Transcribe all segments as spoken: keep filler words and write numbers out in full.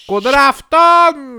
God afton!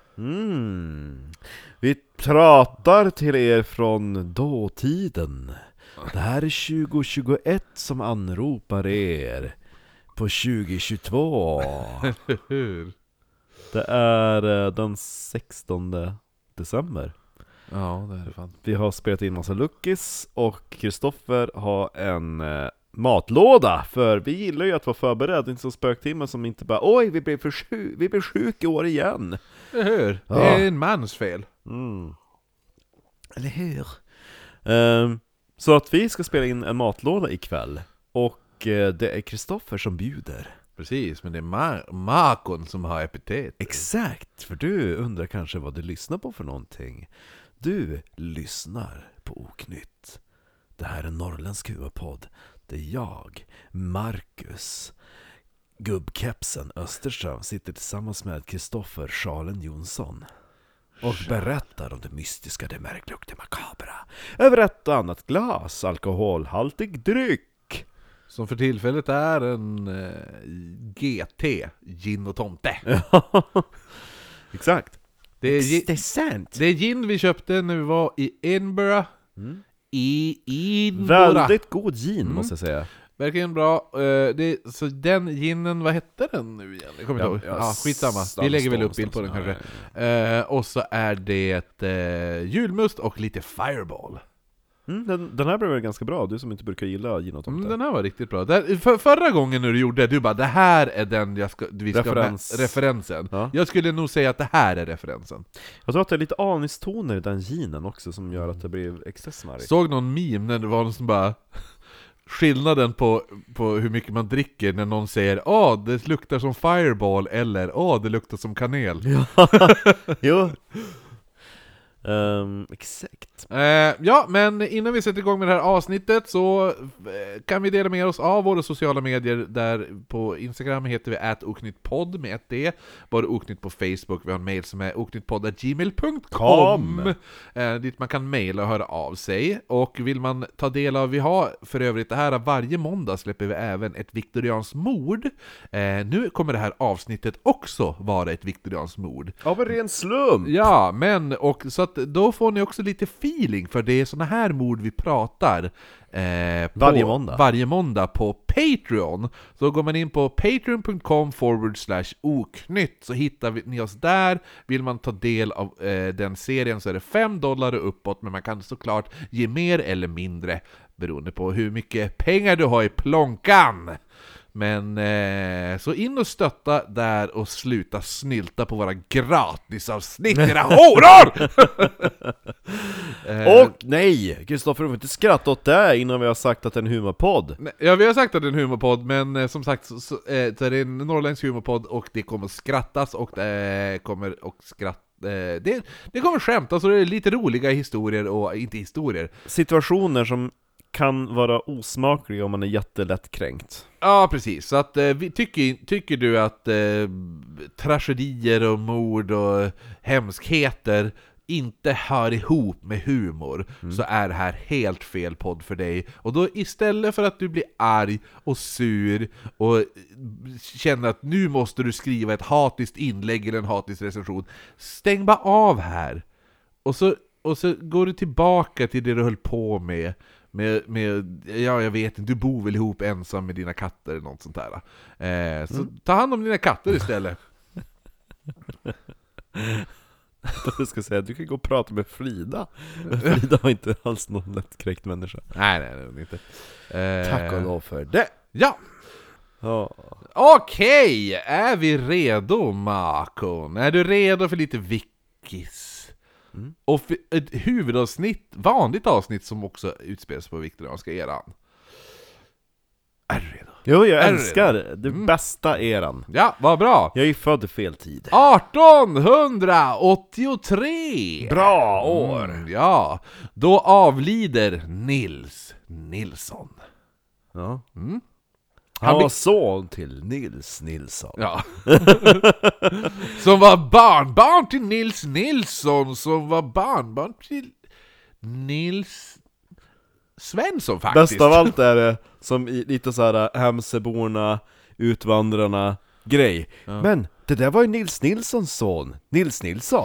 Mm. Vi pratar till er från dåtiden. Det här är tjugo tjugoett som anropar er på tjugo tjugotvå. Hur? Det är eh, den sextonde december. Ja, det är det fan. Vi har spelat in massa luckis och Kristoffer har en eh, matlåda. För vi gillar ju att vara förberedd, inte som spöktimmar som inte bara oj, vi blev, för sjuk, vi blev sjuk i år igen. Eller hur? Ja. Det är en mans fel. Mm. Eller hur? Um, så att vi ska spela in en matlåda ikväll. Och uh, det är Kristoffer som bjuder. Precis, men det är Ma- Makon som har epitet. Exakt, för du undrar kanske vad du lyssnar på för någonting. Du lyssnar på Oknytt. Det här är en norrländsk huvudpodd. Det är jag, Marcus Gubbkepsen Österström, sitter tillsammans med Kristoffer Schalen Jonsson och berättar om det mystiska, det märkliga och det makabra över ett och annat glas alkoholhaltig dryck. Som för tillfället är en eh, G T, gin och tomte. Exakt. Det är, gi- Det är sant. det är gin vi köpte när vi var i Edinburgh. Mm. I Edinburgh. Väldigt god gin Mm. måste jag säga. Verkligen bra. Uh, det, så den ginen, vad hette den nu igen? Jag kommer inte Ja, ihåg. ja, Ja, skitsamma. Vi lägger väl upp bild på den ja, kanske. ja, ja. Uh, och så är det uh, julmust och lite fireball. Mm, den, den här blev väl ganska bra, du som inte brukar gilla gin och tomte. Mm, den här var riktigt bra. Där, för, förra gången när du gjorde det, du bara det här är den jag ska, vi ska Referens. med, referensen. Ja. Jag skulle nog säga att det här är referensen. Jag tror att det är lite anistoner i den ginen också som gör att det blir extra smarrigt. Såg någon meme när det var någon som bara skillnaden på, på hur mycket man dricker när någon säger åh, oh, det luktar som fireball eller åh, oh, det luktar som kanel. Ja, jo. Um, exakt. Eh, ja, men innan vi sätter igång med det här avsnittet så eh, kan vi dela med oss av våra sociala medier. Där på Instagram heter vi at oknyttpodd med ett d. Bara oknytt på Facebook. Vi har en mail som är oknyttpodd at gmail punkt com eh, dit man kan mejla och höra av sig. Och vill man ta del av, vi har för övrigt det här varje måndag släpper vi även ett viktorianskt mord. eh, Nu kommer det här avsnittet också vara ett viktorianskt mord. Av en ren slump. Ja, men och så att då får ni också lite feeling, för det är såna här mord vi pratar eh, på, varje måndag varje måndag på Patreon. Så går man in på patreon punkt com forward slash oknytt så hittar vi, ni oss där. Vill man ta del av eh, den serien så är det fem dollar och uppåt, men man kan såklart ge mer eller mindre beroende på hur mycket pengar du har i plånkan. Men eh, så in och stötta där och sluta snylta på våra gratisavsnitt, era horor! eh, Och nej, Kristoffer, du får inte skratta åt det innan vi har sagt att det är en humorpodd. nej, ja, vi har sagt att det är en humorpodd, men eh, som sagt så, så, eh, så är det en norrländsk humorpodd och det kommer skrattas och det kommer och skratt eh, det, det kommer skämtas och det är lite roliga historier och inte historier. Situationer som kan vara osmakliga om man är jättelätt kränkt. Ja, precis. Så att, eh, vi, tycker, tycker du att eh, tragedier och mord och hemskheter inte hör ihop med humor, mm. så är det här helt fel podd för dig. Och då istället för att du blir arg och sur och känner att nu måste du skriva ett hatiskt inlägg eller en hatisk recension, stäng bara av här. Och så, och så går du tillbaka till det du höll på med. Med, med, ja jag vet inte, du bor väl ihop ensam med dina katter eller något sånt där. Eh, så mm. ta hand om dina katter istället. Du ska säga, du kan gå och prata med Frida. Frida var inte alls någon lättkränkt människa. Nej, nej, nej, inte. Eh, Tack och lov för det. Ja. Ja. Okej, är vi redo, Makon? Är du redo för lite wikis? Mm. Och för ett huvudavsnitt, vanligt avsnitt som också utspelas på viktorianska eran. Är du redo? Jo, jag är älskar det mm. bästa eran. Ja, vad bra. Jag är född i fel tid. artonhundraåttiotre. Bra år. Mm, ja, då avlider Nils Nilsson. Ja. Mm. Han var son till Nils Nilsson. Ja. Som var barnbarn till Nils Nilsson. Som var barnbarn till Nils Svensson faktiskt. Bäst av allt är det som i lite så här Hemseborna, utvandrarna grej. Ja. Men Det där var ju Nils Nilssons son. Nils Nilsson.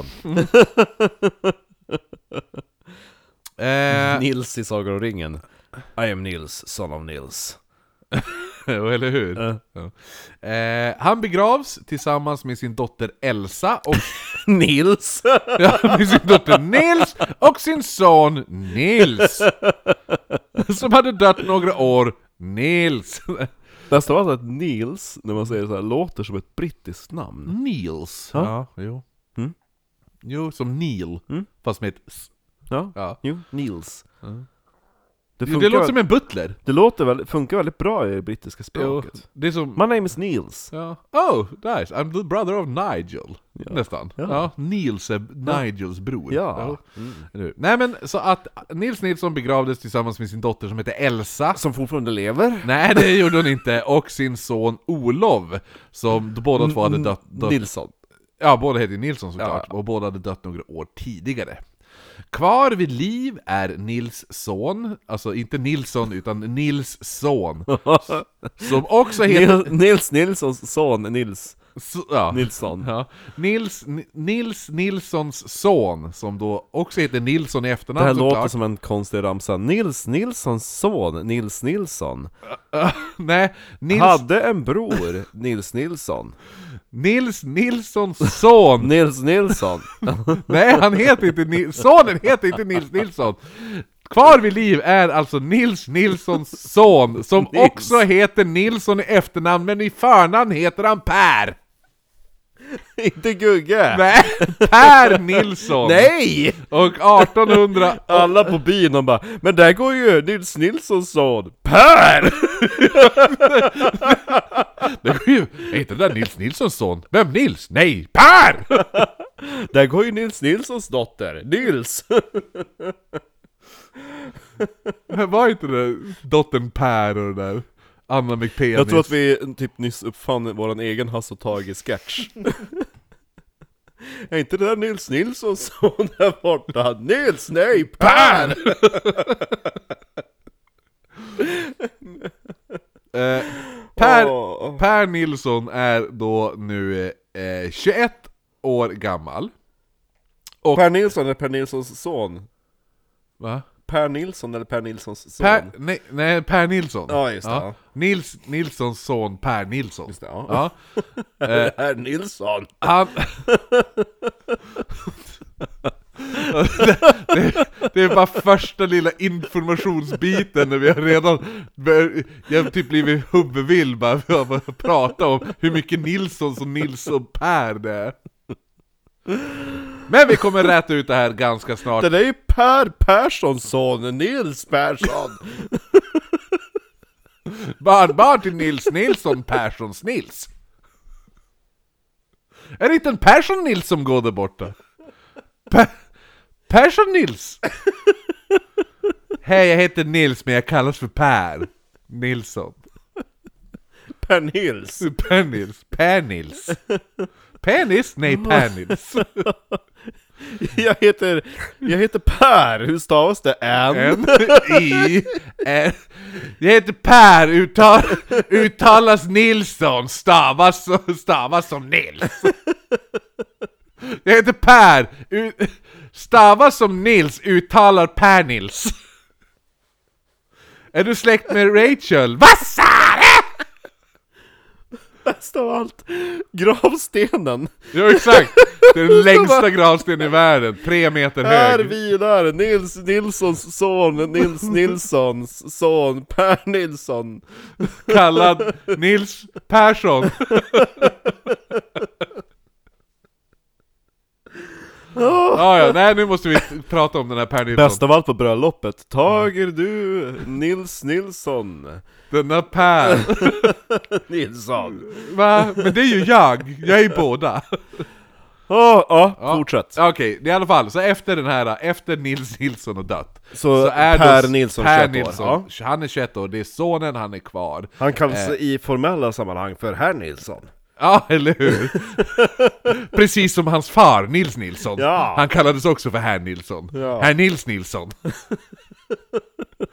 Eh, Nils i Sagan om ringen. I am Nils, son of Nils. eller hur? Uh. Ja. Eh, han begravs tillsammans med sin dotter Elsa och Nils. ja, med sin dotter Nils och sin son Nils, som hade dött några år. Nils. Nästan var att Nils, när man säger det så här, låter som ett brittiskt namn. Nils. Ja. Ja, jo. Mm. Jo, som Neil. Mm. Fast med ett s. Ja, Ja. jo, Nils. Mm. Det, Det, funkar låter väl, som en butler. det låter väl, funkar väldigt bra i brittiska Jo, språket. det är som... My name is Nils. Ja. Oh, nice. I'm the brother of Nigel. Ja. Nästan. Ja. Ja. Nils är Nigels bror. Ja. Mm. Mm. Nej men, så att Nils Nilsson begravdes tillsammans med sin dotter som heter Elsa. Som fortfarande lever. Nej, det gjorde hon inte. Och sin son Olof, som båda två hade dött. dött. Nilsson. Ja, båda heter Nilsson såklart. Ja. Och båda hade dött några år tidigare. Kvar vid liv är Nils son, alltså inte Nilsson utan Nils son, som också heter... Nils, Nils Nilssons son, Nils Så, ja. Nilsson. Ja. Nils, Nils Nilssons son, som då också heter Nilsson i efternamn. Det här såklart. låter som en konstig ramsa. Nils Nilssons son, Nils Nilsson, Uh, nej, Nils, hade en bror, Nils Nilsson. Nils Nilssons son. Nils Nilsson. Nej, han heter inte Nils, sonen heter inte Nils Nilsson. Kvar vid liv är alltså Nils Nilssons son, som Nils. också heter Nilsson i efternamn, men i förnamn heter han Per. Inte Gugge. Nej, Per Nilsson. Nej! Och artonhundra... Alla på byn de bara, men där går ju Nils Nilssons son, Per! Det går ju... Är inte det där Nils Nilssons son? Vem Nils? Nej, Per! Där går ju Nils Nilssons dotter, Nils. Var inte det dottern Per och det där? Anna McPenis. Jag tror att vi typ nyss uppfann våran egen Hasse och Tage-sketch. Är inte det där Nils Nilssons son där borta? Nils, nej, Per! eh, Per, Åh. Per Nilsson är då nu eh, tjugoett år gammal. Och... Per Nilsson eller Per Nilssons son? Va? Per Nilsson eller Per Nilssons son? Per, nej, nej, Per Nilsson. Ja, just det, ja. Nils Nilssons son Per Nilsson. Just det, ja. Ja. Per Nilsson. Han... det, det, det är bara första lilla informationsbiten när vi har redan bör, jag har typ blivit huvudvill bara för att prata om hur mycket Nilsson och Nils och Per det är. Men vi kommer rätta ut det här ganska snart. Det där är ju Per Perssons son, Nils Persson. Barnbarn till Nils Nilsson Perssons Nils. Är det inte en Persson Nils som går där borta? Per- Persson Nils. Hej, jag heter Nils men jag kallas för Per Nilsson. Per Nils. Per Nils. Per Nils. Penis? Nej, Per Nils. Jag heter, jag heter Per, hur stavas det? N? N, I, N. Jag heter Per, uttal, uttalas Nilsson, stavas, stavas som Nils. Jag heter Per, ut, stavas som Nils, uttalar Per Nils. Är du släkt med Rachel? Vad sa du? Bäst av allt, gravstenen. Ja, exakt. Det är den längsta gravstenen i världen, tre meter Här hög. vilar Nils Nilssons son, Nils Nilssons son, Per Nilsson. Kallad Nils Persson. Ja, ja, nej, nu måste vi prata om den här Per Nilsson. Bäst av allt på bröllopet, tager du Nils Nilsson. Denna Per. Nilsson. Va? Men det är ju jag. Jag är båda. Ja, ja, fortsätt. Okej, i alla fall. Så efter den här, efter Nils Nilsson har dött. Så, är Per då- Nilsson, Per tjugoett år. Nilsson. Ja. Han är tjugoett år, det är sonen, han är kvar. Han kallas Eh. i formella sammanhang för Herr Nilsson. Ja, eller hur? Precis som hans far, Nils Nilsson. Ja. Han kallades också för Herr Nilsson. Ja. Herr Nils Nilsson.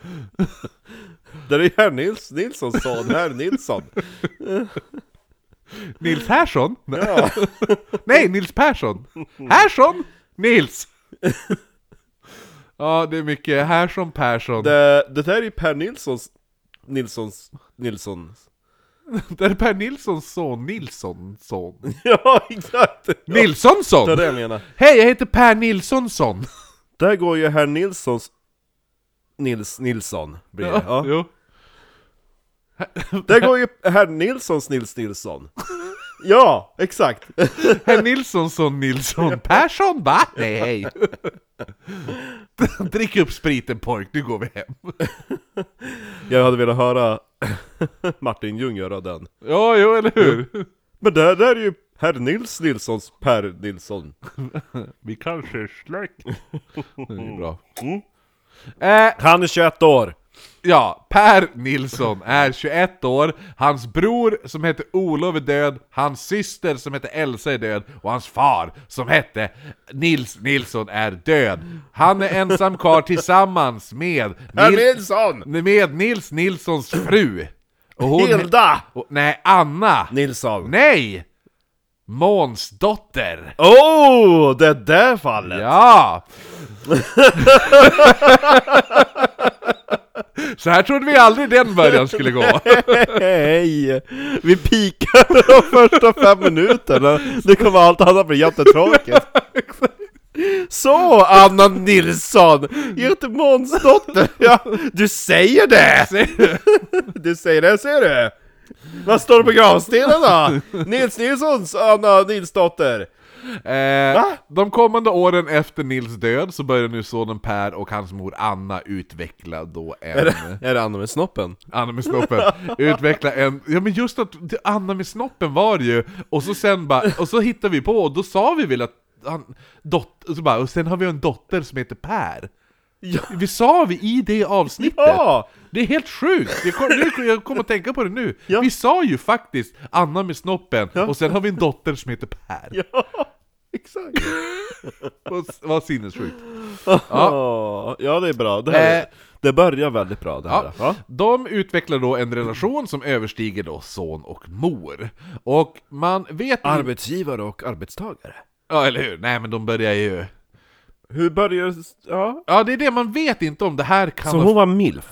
Det är Herr Nils Nilssons son, Herr Nilsson. Nils Härsson? Ja. Nej, Nils Persson. Härsson? Nils. Ja, det är mycket Härsson Persson. Det, det där är Per Nilssons Nilssons Nilsson. Det är Per Nilssons son, Nilsson son. Ja, exakt. Nilssonsson. Det är det jag menar. Hej, jag heter Per Nilssonsson. Där går ju herr Nilssons Nils Nilsson blir det. Ja. Jo. Där går ju herr Nilssons Nils Nilsson. Ja, exakt. Herr Nilssonsson Nilsson Persson, va? Nej, hej. Drick upp spriten pojk, nu går vi hem. Jag hade velat höra Martin Ljung göra den. Ja, jo, eller hur? Men där, där är ju herr Nils Nilssons Per Nilsson. Vi kanske är släkt. Det är bra. Mm. Eh, Han är tjugoett år. ja, Per Nilsson är tjugoett år. Hans bror som heter Olof är död. Hans syster som heter Elsa är död. Och hans far som hette Nils Nilsson är död. Han är ensam kvar tillsammans med Herr Nil- Nilsson! med Nils Nilssons fru. Och hon Hilda! och, nej, Anna. Nilsson. Nej! Måns dotter. Åh, oh, det där fallet! Ja! Så här trodde vi aldrig den början skulle gå. Hej! Vi pikar de första fem minuterna. Det kommer allt annat bli jättetråkigt. Så, Anna Nilsson! Göte Måns dotter. Ja, du säger det! Du säger det, ser du? Vad står det på gravstenen då? Nils Nilssons Anna Nils dotter. Eh, de kommande åren efter Nils död så börjar nu sonen Per och hans mor Anna utveckla då en... Är det, är det Anna med snoppen? Anna med snoppen. Utveckla en... Ja, men just att Anna med snoppen var det ju. Och så sen bara... Och så hittade vi på, och då sa vi väl att... Han, dot, och, så bara, och sen har vi en dotter som heter Per. Ja. Vi sa vi i det avsnittet. Ja! Det är helt sjukt. Jag kom, nu, jag kommer att tänka på det nu. Ja. Vi sa ju faktiskt Anna med snoppen. Ja. Och sen har vi en dotter som heter Per. Ja, exakt. Vad, vad sinnessjukt. Ja. Ja, det är bra. Det, här, Eh. det börjar väldigt bra det här. Ja. Ja. De utvecklar då en relation som överstiger då son och mor. Och man vet... Arbetsgivare och arbetstagare. Ja, eller hur? Nej, men de börjar ju... Hur börjar... Ja. Ja, det är det man vet inte om det här kan... Så ha- hon var milf?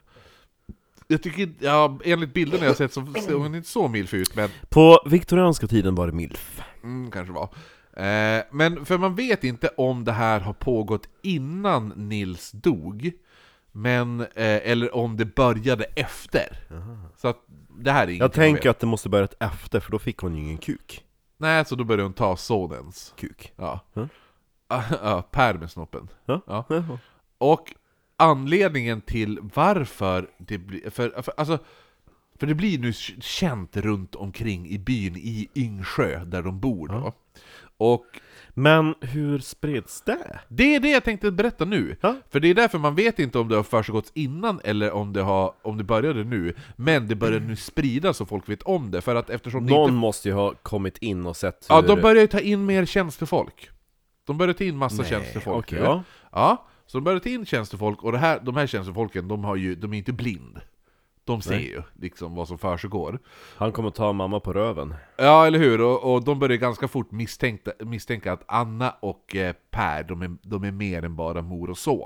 Jag tycker, ja, enligt bilderna jag sett så ser hon inte så milf ut, men... På viktorianska tiden var det milf. Mm, kanske var. Eh, men för man vet inte om det här har pågått innan Nils dog, men, eh, eller om det började efter. Så att det här är inget Jag tänker att det måste börjat efter, för då fick hon ju ingen kuk. Nej, så då började hon ta sonens. Kuk. Ja. Mm. Ja, Per med snoppen. Ja. Ja. Ja. Och anledningen till varför det blir... För, för, alltså, för det blir nu känt runt omkring i byn i Yngsjö, där de bor då. Ja. Och Men hur spreds det? det är det jag tänkte berätta nu. Ja. För det är därför man vet inte om det har försiggått innan eller om det, har, om det började nu. Men det börjar nu spridas så folk vet om det. För att eftersom det Någon inte... måste ju ha kommit in och sett hur... Ja, de börjar ju ta in mer tjänstefolk. De börjar ta in massa Nej, tjänstefolk. okej, nu. ja. Ja, så de börjar ta in tjänstefolk. Och det här, de här tjänstefolken, de, har ju, de är inte blind. De ser Nej. ju liksom vad som försiggår. Han kommer ta mamma på röven. Ja, eller hur? Och, och de börjar ganska fort misstänka, misstänka att Anna och eh, Per, de är, de är mer än bara mor och son.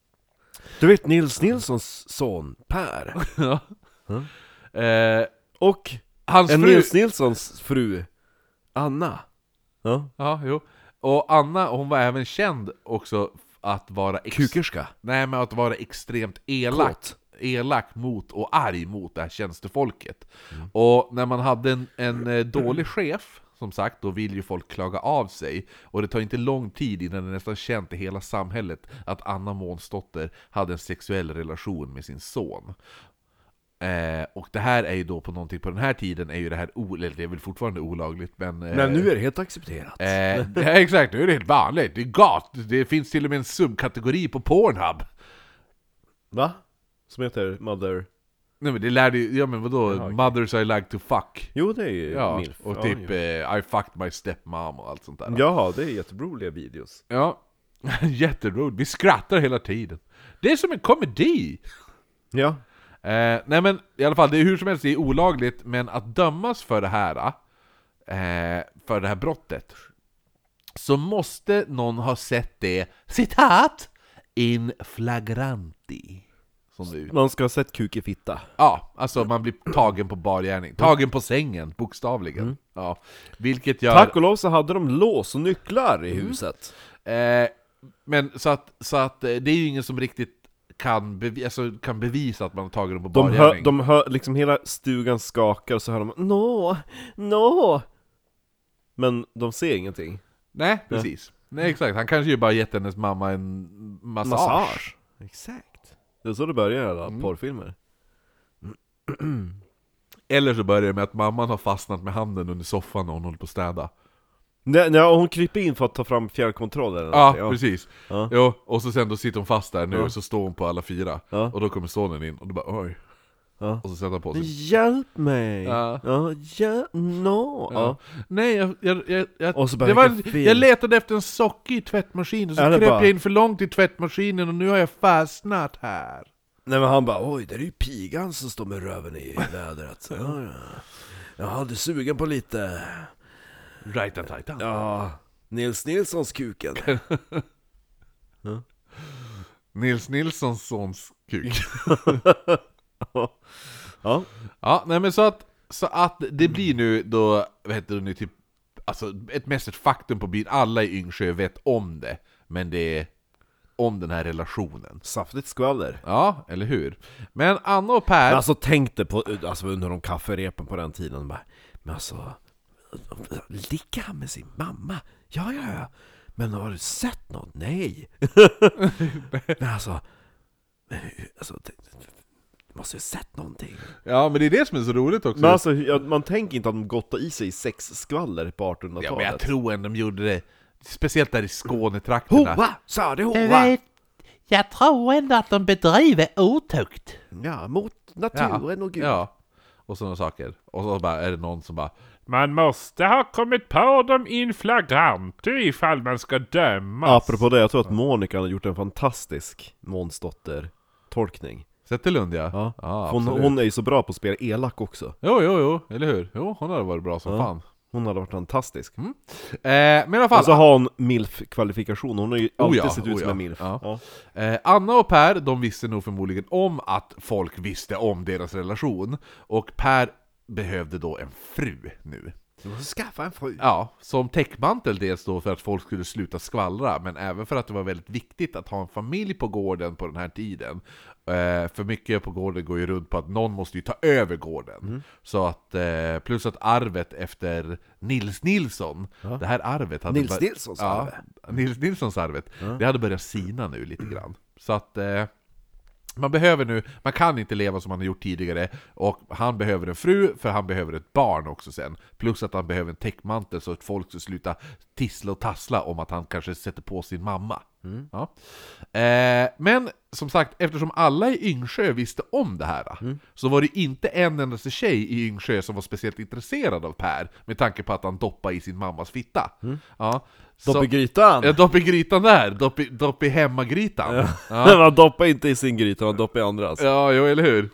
Du vet Nils Nilssons son, Per. Ja. Mm. Eh, Och hans en fru... Nils Nilssons fru, Anna. Ja. Ja, jo. Och Anna, hon var även känd också att vara... Ex... Kukerska. Nej, men att vara extremt elak. Kåt. elak mot och arg mot det här tjänstefolket. Mm. Och när man hade en, en eh, dålig chef, som sagt, då vill ju folk klaga av sig. Och det tar inte lång tid innan det nästan känt i hela samhället att Anna Månsdotter hade en sexuell relation med sin son. Eh, och det här är ju då på någonting, på den här tiden är ju det här, o- eller det är väl fortfarande olagligt, men... Eh, Men nu är det helt accepterat. Eh, ja, exakt, nu är det helt vanligt. Det är gat. Det finns till och med en subkategori på Pornhub. Va? Som heter Mother... Nej, men det lärde ju, ja men vadå? Jaha, okej. Mothers I like to fuck. Jo, det är ju Ja, milf. och Ja, typ jo. eh, I fucked my stepmom och allt sånt där. Jaha, det är jätteroliga videos. Ja. Jätteroligt. Vi skrattar hela tiden. Det är som en komedi. Ja. Eh, nej men i alla fall, det är hur som helst det är olagligt, men att dömas för det här eh, för det här brottet, så måste någon ha sett det, citat, in flagranti. Som det Man ska ha sett kuk i fitta. Ja, alltså man blir tagen på bargärning. Tagen på sängen, bokstavligen. Mm. Ja, vilket gör... Tack och lov så hade de lås och nycklar i huset. Eh, men så att, så att eh, det är ju ingen som riktigt kan, bevi- alltså, kan bevisa att man har tagit dem på De hör, bargärning. de hör, liksom hela stugan skakar och så hör de no, no. Men de ser ingenting. Nej, precis. Nej, exakt. Han kanske ju bara gett hennes mamma en massage. Massage. Exakt. Det är så det börjar i alla Mm. porrfilmer. Eller så börjar det med att mamman har fastnat med handen under soffan och hon håller på att städa. Nej, nej, hon kryper in för att ta fram fjärrkontroll eller Ja, någonting. precis. Ja. Jo, och så sen då sitter hon fast där nu, Ja. och så står hon på alla fyra. Ja. Och då kommer sonen in, och då bara oj. Ja. Och så sätter han på sig. Hjälp mig! Ja. Ja, ja, no. Ja. Ja. Nej, jag, jag, jag, jag, Och så det börjar var, jag fel. jag letade efter en socka i tvättmaskinen, så Ja, det kröp bara- jag in för långt i tvättmaskinen och nu har jag fastnat här. Nej men han bara, oj det är ju pigan som står med röven i vädret. Ja, ja. Jag hade sugen på lite, Right and tight. ja, Nils Nilssons kuken. Nils Nilssons sons kuk. Ja. Ja, nej men så att, så att det blir nu då, vad heter det nu, typ, alltså ett mästert faktum på byn. Alla i Yngsjö vet om det, men det är om den här relationen. Saftigt skvaller. Ja, eller hur? Men Anna och Per... Men alltså tänkte på, alltså under de kafferepen på den tiden bara, men alltså, ligga han med sin mamma? Ja, ja, ja. Men har du sett något? Nej. Men alltså, men, alltså det, du måste ju sett någonting. Ja, men det är det som är så roligt också. Men alltså, ja, man tänker inte att de gottar i sig sexskvaller på Ja, artonhundratalet. men jag tror ändå de gjorde det. Speciellt där i Skånetrakterna. Hoa! Sa det Du hoa? vet, jag tror ändå att de bedriver otukt. Ja, mot naturen och Gud. Ja, och sådana saker. Och så bara är det någon som bara... Man måste ha kommit på dem in flagranti ifall man ska dömas. Apropå det, jag tror att Monica har gjort en fantastisk Månsdotter-tolkning. Zetterlund, ja. Ja. Ja, hon, absolut. hon är ju så bra på att spela elak också. Jo, jo, jo, eller hur? Jo, hon hade varit bra som Ja. fan. Hon hade varit fantastisk. Mm. Eh, men i alla fall... Och så har hon milf-kvalifikation. Hon har ju Oh alltid ja, sett ut oh som ja. en milf. Ja. Eh, Anna och Per, de visste nog förmodligen om att folk visste om deras relation. Och Per behövde då en fru nu. Du måste skaffa en fru. Ja, som täckmantel dels då för att folk skulle sluta skvallra, men även för att det var väldigt viktigt att ha en familj på gården på den här tiden. Eh, för mycket på gården går ju runt på att någon måste ju ta över gården. Mm. Så att, eh, plus att arvet efter Nils Nilsson, Ja. det här arvet hade Nils bör- Nilssons ja, arve. Nils Nilssons arvet, Ja. det hade börjat sina nu lite grann. Så att eh, man behöver nu, man kan inte leva som man har gjort tidigare, och han behöver en fru för han behöver ett barn också sen. Plus att han behöver en täckmantel så att folk ska sluta tissla och tassla om att han kanske sätter på sin mamma. Mm. Ja. Eh, men som sagt, eftersom alla i Yngsjö visste om det här, Mm. så var det inte en endaste tjej i Yngsjö som var speciellt intresserad av Per, med tanke på att han doppade i sin mammas fitta. Ja. Så- Dopp i grytan! Ja, dopp i grytan där, dopp i, dopp i hemmagrytan. Ja. Ja. Man doppar inte i sin gryta, man doppar i andras. Ja, jo, eller hur?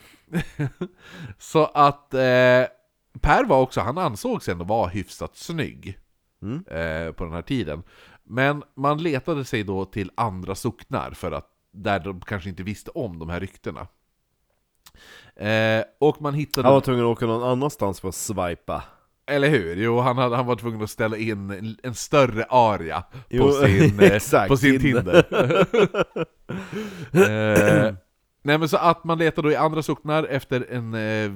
Så att eh, Per var också, han ansågs ändå vara hyfsat snygg Mm. eh, på den här tiden. Men man letade sig då till andra socknar för att där de kanske inte visste om de här ryktena. Eh, och man hittade... Han var tvungen att åka någon annanstans för att swipa. Eller hur? Jo, han, hade, han var tvungen att ställa in en, en större aria på Jo, sin, eh, exakt, på sin Tinder. Tinder. eh, nej, men så att man letar då i andra socknar efter en eh,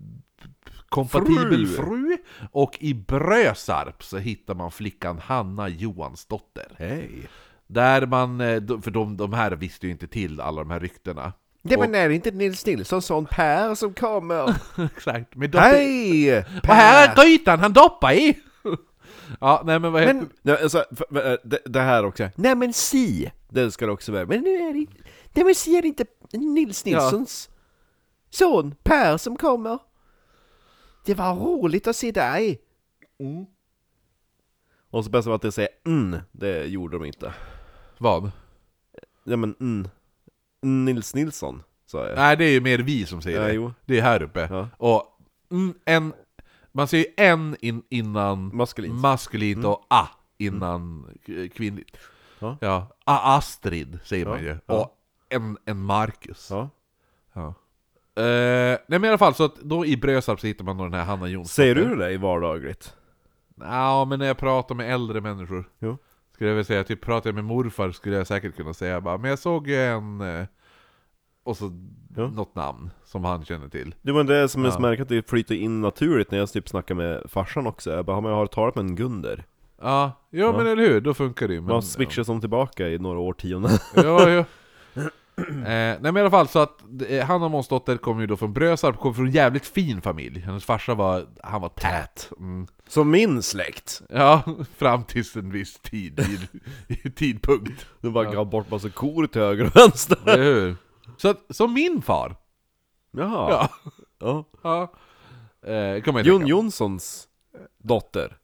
kompatibel Fru. fru. Och i Brösarp så hittar man flickan Hanna Johansdotter. Hej. Där man, eh, då- för de, de här visste ju inte till alla de här ryktena. Det men är det inte Nils Nilsson sån Per som kommer? Exakt. Med dopp- Hej! Och här är grytan han doppar i! Ja, nej men vad heter... Men, ja, alltså, för, för, äh, det, det här också. Nej men si! Det ska det också vara. Men nu är det inte... Nej men si är det inte Nils Nilssons son Per som kommer. Det var roligt att se dig. Mm. Och så bäst av att det säger mm. Det gjorde de inte. Vad? Ja men mm. Nils Nilsson, sa jag. Nej, det är ju mer vi som säger Ja, det. jo. Det är här uppe. Ja. Och mm, en... Man ser ju en in, innan Maskulint. maskulint Mm. och a innan k- kvinnligt. Ja. Ja, a Astrid säger Ja, man ju. ja. Och en, en Marcus. Ja. Ja. Eh, nej men i alla fall, så att då i Brösarp så hittar man då den här Hanna Jonsson. Säger du det i vardagligt? Ja, men när jag pratar med äldre människor Jo. skulle jag väl säga, typ pratar jag med morfar skulle jag säkert kunna säga bara, men jag såg ju en eh, och så Ja. något namn som han känner till. Det var det som jag Ja. märker att det flyter in naturligt när jag typ snackar med farsan också. Jag bara, har man har talat med en Gunder? Ja, jo Ja. men eller hur, då funkar det ju. Men, Man switchar som tillbaka i några årtionden. Ja, ja. Eh, nej men i alla fall så att eh, Hanna Måns dotter kom ju då från Brösarp, kom från en jävligt fin familj. Hennes farsa var, han var tät. Mm. Som min släkt. Ja, fram tills en viss tid, tid, tidpunkt. Du bara Ja. gav bort massa kor till höger och vänster. Eller hur? Så att, som min far. Jaha. Ja. Ja. Ja. Eh, kan man ju Jon tänka. Jonssons dotter.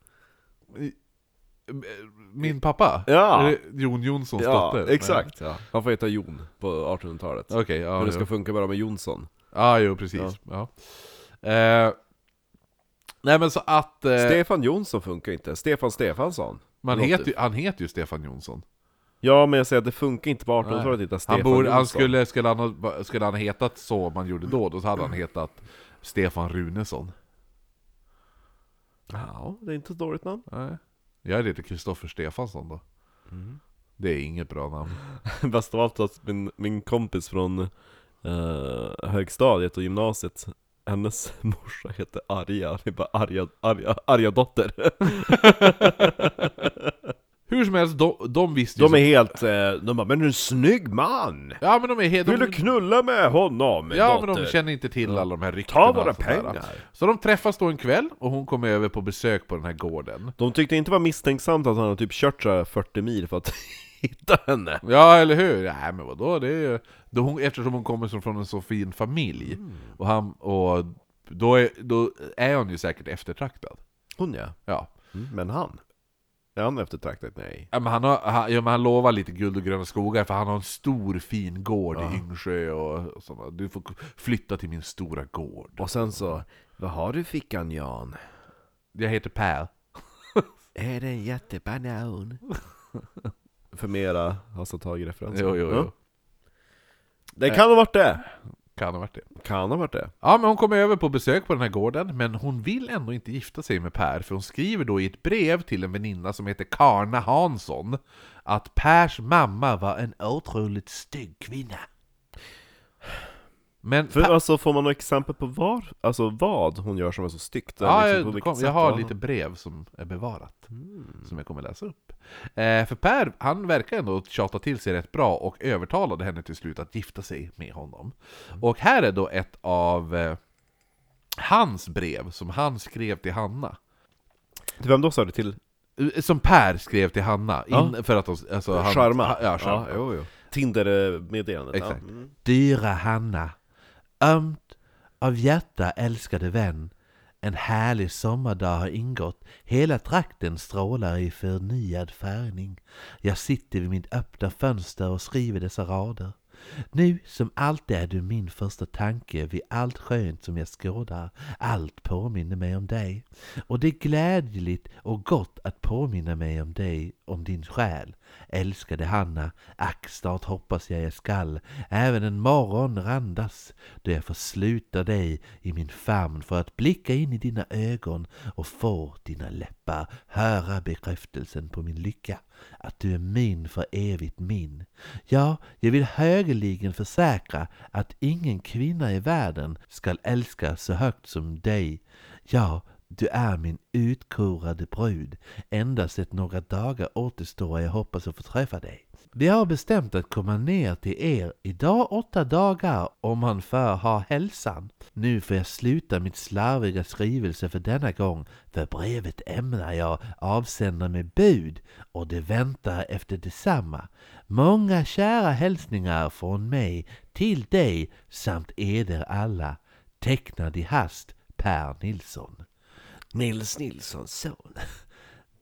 Min pappa? Ja. Är det Jon Jonssons Ja, dotter? exakt. Ja. Han får heta Jon på artonhundratalet. Okej, ja. För det jo. ska funka bara med Jonsson. Ja, jo, precis. Ja. Eh, nej men så att... Eh, Stefan Jonsson funkar inte. Stefan Stefansson. man låter- heter, ju- han heter ju Stefan Jonsson. Ja, men jag säger att det funkar inte på artonhundratalet att heta Stefan Han, borde, Jonsson. han skulle, skulle, han ha, skulle han ha hetat så man gjorde då, då hade han hetat Stefan Runesson. Ja, det är inte ett dåligt namn. Nej. Jag heter Kristoffer Stefansson då. Mm. Det är inget bra namn. Bäst av allt att min, min kompis från uh, högstadiet och gymnasiet, hennes morsa heter Arja. Det är bara Arja, Arja, Arja dotter. Hur som helst, de, de visste ju De är så- helt, uh, de bara, men en snygg man! Ja men de är helt... Vill du knulla med honom, Ja dotter? men de känner inte till alla de här ryktena. Ta våra och sådär. pengar! Så de träffas då en kväll och hon kommer över på besök på den här gården. De tyckte inte det var misstänksamt att han hade typ kört så här fyrtio mil för att hitta henne. Ja eller hur? Nej men vadå, det är ju... Då hon, eftersom hon kommer från en så fin familj. Mm. Och, han, och då, är, då är hon ju säkert eftertraktad. Hon ja. Ja. Mm, men han? Är han eftertraktat? Nej. Ja, men han, har, han, ja, men han lovar lite guld och gröna skogar för han har en stor fin gård Ja. i Yngsjö och, och sådana. Du får flytta till min stora gård. Och sen så, vad har du i fickan Jan? Jag heter Per. Är det en jättebanan? För mera Hasse Tage-referenser. Jo, jo, jo. Ja. Det kan ha varit det. Kan ha varit det. Kan ha varit det. Ja, men hon kommer över på besök på den här gården, men hon vill ändå inte gifta sig med Per, för hon skriver då i ett brev till en väninna som heter Karna Hansson att Pers mamma var en otroligt stygg kvinna. Men För Per- alltså får man några exempel på var, alltså vad hon gör som är så styggt? ja, Eller liksom på jag, vilket kom, sätt jag har var- lite brev som är bevarat, Mm. som jag kommer läsa upp. Eh, för Per, han verkar ändå tjata till sig rätt bra och övertalade henne till slut att gifta sig med honom. Och här är då ett av eh, hans brev som han skrev till Hanna. Till vem då sa du? Till Som Per skrev till Hanna, in, Ja. för att de, alltså, han, Charma? Ja, Charma. Ja, jo, jo. Tinder-meddelandet. Exakt. Ja. Mm. Dyra Hanna, ömt av hjärta älskade vän. En härlig sommardag har ingått, hela trakten strålar i förnyad färgning. Jag sitter vid mitt öppna fönster och skriver dessa rader. Nu som alltid är du min första tanke vid allt skönt som jag skådar. Allt påminner mig om dig. Och det är glädjeligt och gott att påminna mig om dig, om din själ. Älskade Hanna, ack snart hoppas jag jag skall även en morgon randas, då jag får sluta dig i min famn för att blicka in i dina ögon och få dina läppar höra bekräftelsen på min lycka, att du är min för evigt min. Ja, jag vill högerligen försäkra att ingen kvinna i världen skall älska så högt som dig. Ja, du är min utkorade brud. Endast ett några dagar återstår och jag hoppas att få träffa dig. Vi har bestämt att komma ner till er idag åtta dagar om han för ha hälsan. Nu får jag sluta mitt slarviga skrivelse för denna gång, för brevet ämnar jag avsända med bud och det väntar efter detsamma. Många kära hälsningar från mig till dig samt eder alla. Tecknad i hast Per Nilsson. Nils Nilssons son.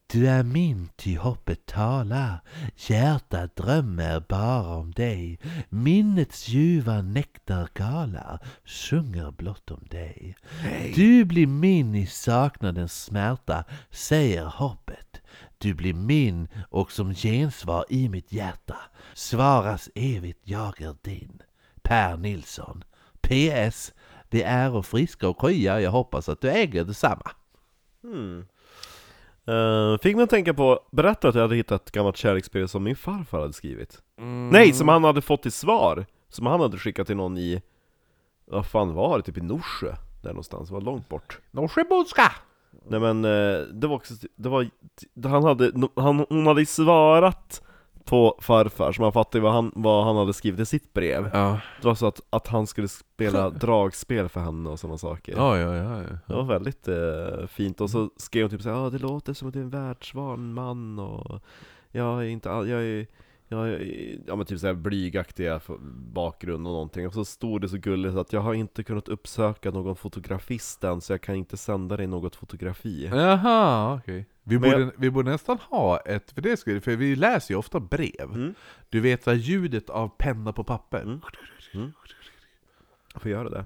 Du är min, ty hoppet talar, hjärtat drömmer bara om dig. Minnets ljuva nektar galar, sjunger blott om dig. Hey. Du blir min i saknadens smärta, säger hoppet. Du blir min och som gensvar i mitt hjärta svaras evigt jag är din. Per Nilsson. P S. Det är och friska och krya, jag hoppas att du äger detsamma. Hmm. Uh, fick man tänka på, berätta att jag hade hittat ett gammalt kärleksbrev som min farfar hade skrivit. Mm. Nej, som han hade fått i svar. Som han hade skickat till någon i, vad fan var det? Typ i Norsjö. Där någonstans, det var långt bort. Norsjöbodska! Nej men, uh, det var också, det var, han hade, han, hon hade svarat på farfar, så man fattade vad han, vad han hade skrivit i sitt brev. Ja. Det var så att, att han skulle spela dragspel för henne och sådana saker. Ja, ja, ja, ja. Det var väldigt eh, fint. Och så skrev hon typ såhär, ja det låter som att du är en världsvan man. Och jag är inte all, jag är, jag är, ja men typ såhär blygaktiga bakgrund och någonting. Och så stod det så gulligt att jag har inte kunnat uppsöka någon fotografist än, så jag kan inte sända dig något fotografi. Jaha, okej. Okay. Vi, Men borde, jag- vi borde nästan ha ett, för det skulle, för vi läser ju ofta brev. Mm. Du vet så här, ljudet av penna på papper. Mm. Mm. Jag får göra det.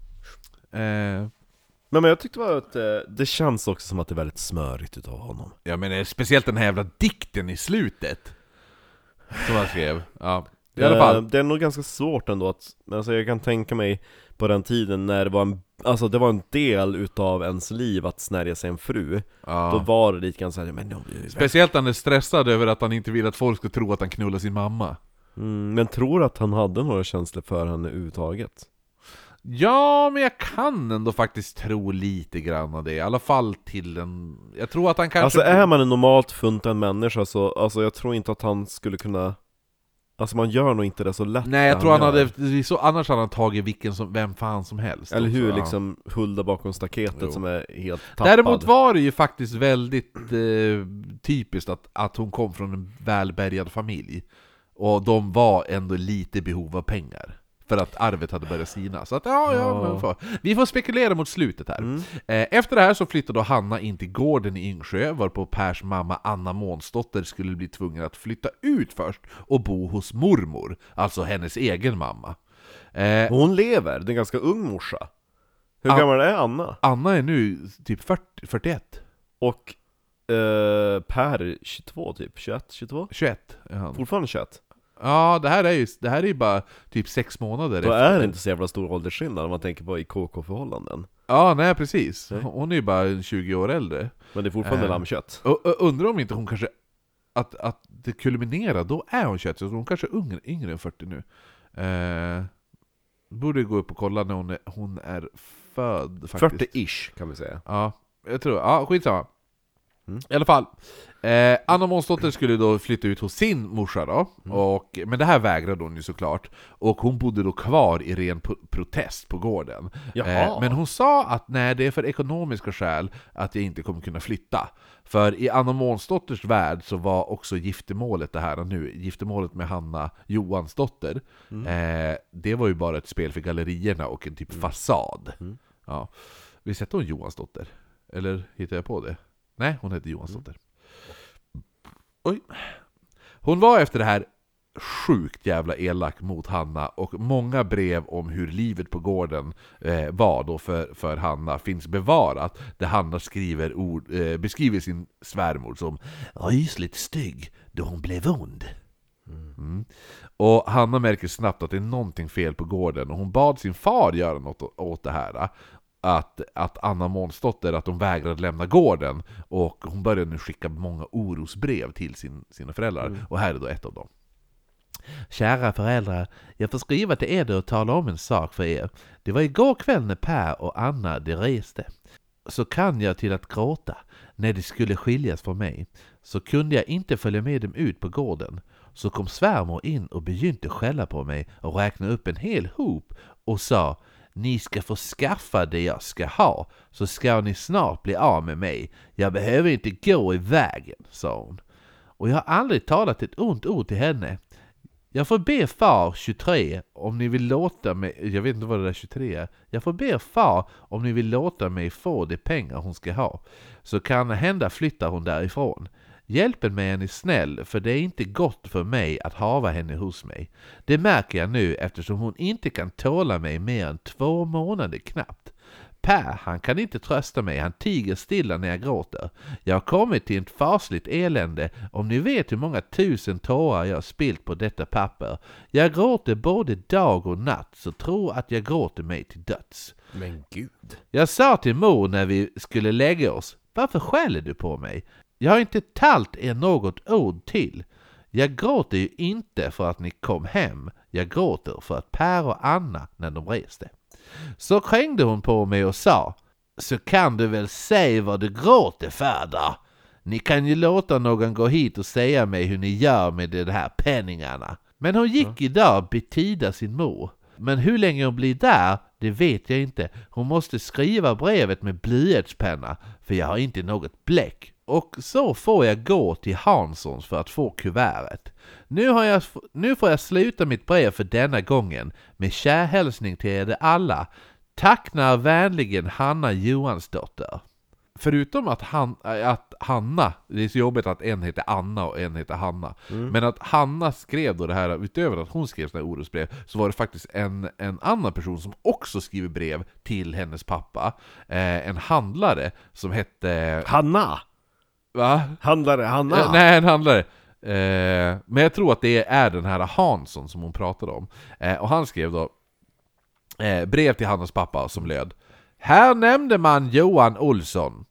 Eh, Men, men jag tyckte bara att eh, det känns också som att det är väldigt smörigt utav honom. ja men eh, speciellt den här jävla dikten i slutet. Som han skrev. Ja. I alla Eh, fall. Det är nog ganska svårt ändå att, alltså jag kan tänka mig på den tiden när det var en, alltså det var en del utav ens liv att snärja sig en fru. Ja. Då var det lite grann såhär, men no, Speciellt han är stressad över att han inte vill att folk ska tro att han knullar sin mamma. mm, men tror att han hade några känslor för henne överhuvudtaget? Ja, men jag kan ändå faktiskt tro lite grann av det. I alla fall till en... Jag tror att han kanske... Alltså är man en normalt funtad människa så, alltså jag tror inte att han skulle kunna, alltså man gör nog inte det så lätt. Nej, jag det tror han gör. hade... Så, annars hade han tagit vilken som, vem fan som helst. Eller hur, också, ja. liksom Hulda bakom staketet Jo. som är helt tappad. Däremot var det ju faktiskt väldigt eh, typiskt att, att hon kom från en välbärgad familj. Och de var ändå lite behov av pengar. För att arvet hade börjat sina. Så att ja, ja, Ja. men får. Vi får spekulera mot slutet här. Mm. Eh, Efter det här så flyttade då Hanna in till gården i Yngsjö, varpå Pers mamma Anna Månsdotter skulle bli tvungen att flytta ut först och bo hos mormor, alltså hennes egen mamma. Eh, Hon lever, det är en ganska ung morsa. Hur Ah. gammal är Anna? Anna är nu typ fyrtio, fyrtioett, Och eh, Per tjugotvå typ, tjugoett, tjugotvå? tjugoett är han. Fortfarande tjugoett. Ja, det här är ju det här är ju bara typ sex månader Då efter. är det inte så jävla stor åldersskillnad om man tänker på i K K-förhållanden. Ja, nej precis. Nej. Hon är ju bara tjugo år äldre. Men det är fortfarande Eh. lammkött. Och, och undrar om inte hon kanske att, att det kulminerar, då är hon tjugoett, så hon kanske är yngre, yngre än fyrtio nu. Eh, borde gå upp och kolla när hon är, hon är född faktiskt. fyrtio-ish kan vi säga. Ja, jag tror, ja skitsamma. Mm. I alla fall, eh, Anna Månsdotter skulle då flytta ut hos sin morsa då, Mm. och, men det här vägrade hon ju såklart. Och hon bodde då kvar i ren po- protest på gården. Jaha. Eh, men hon sa att nej, det är för ekonomiska skäl att jag inte kommer kunna flytta. För i Anna Månsdotters värld så var också giftermålet det här nu, giftermålet med Hanna Johansdotter, Mm. eh, det var ju bara ett spel för gallerierna och en typ fasad. Mm. Ja. Visst hette hon Johansdotter? Eller hittar jag på det? Nej, hon hette Johansdotter. Oj. Hon var efter det här sjukt jävla elak mot Hanna, och många brev om hur livet på gården eh, var då för, för Hanna finns bevarat, där Hanna skriver ord, eh, beskriver sin svärmor som rysligt stygg då hon blev ond. Mm. Och Hanna märker snabbt att det är någonting fel på gården, och hon bad sin far göra något å- åt det här. Att, att Anna Månsdotter, att de vägrade lämna gården, och hon började nu skicka många orosbrev till sin, sina föräldrar. Mm. Och här är då ett av dem. Kära föräldrar, jag får skriva till er och tala om en sak för er. Det var igår kväll när Per och Anna de reste. Så kan jag till att gråta när de skulle skiljas från mig. Så kunde jag inte följa med dem ut på gården. Så kom svärmor in och begynte skälla på mig och räkna upp en hel hop och sa: ni ska få skaffa det jag ska ha, så ska ni snart bli av med mig. Jag behöver inte gå i vägen, sa hon. Och jag har aldrig talat ett ont ord till henne. Jag får be far tjugotre om ni vill låta mig... Jag vet inte vad det där tjugotre är. Jag får be far om ni vill låta mig få de pengar hon ska ha. Så kan hända flyttar hon därifrån. Hjälpen med henne är snäll, för det är inte gott för mig att hava henne hos mig. Det märker jag nu eftersom hon inte kan tåla mig mer än två månader knappt. Per, han kan inte trösta mig, han tiger stilla när jag gråter. Jag har kommit till ett fasligt elände, om ni vet hur många tusen tårar jag har spilt på detta papper. Jag gråter både dag och natt, så tro att jag gråter mig till döds. Men gud. Jag sa till mor när vi skulle lägga oss, varför skäller du på mig? Jag har inte talt er något ord till. Jag gråter ju inte för att ni kom hem, jag gråter för att Per och Anna när de reste. Så krängde hon på mig och sa, så kan du väl säga vad du gråter för då? Ni kan ju låta någon gå hit och säga mig hur ni gör med de här penningarna. Men hon gick mm. idag betida sin mor. Men hur länge hon blir där, det vet jag inte. Hon måste skriva brevet med blyertspenna, för jag har inte något bläck. Och så får jag gå till Hanssons för att få kuvertet. Nu, har jag, nu får jag sluta mitt brev för denna gången. Med kärhälsning till er alla. Tacknar vänligen Hanna Johansdotter. Förutom att, han, att Hanna, det är så jobbigt att en heter Anna och en heter Hanna. Mm. Men att Hanna skrev då det här, utöver att hon skrev sådana orosbrev, så var det faktiskt en, en annan person som också skriver brev till hennes pappa. Eh, en handlare som hette... Hanna! Va? Handlare Hanna? Eh, nej, en handlare. Eh, men jag tror att det är den här Hansson som hon pratade om. Eh, och han skrev då eh, brev till Hannas pappa som löd: här nämnde man Johan Olsson.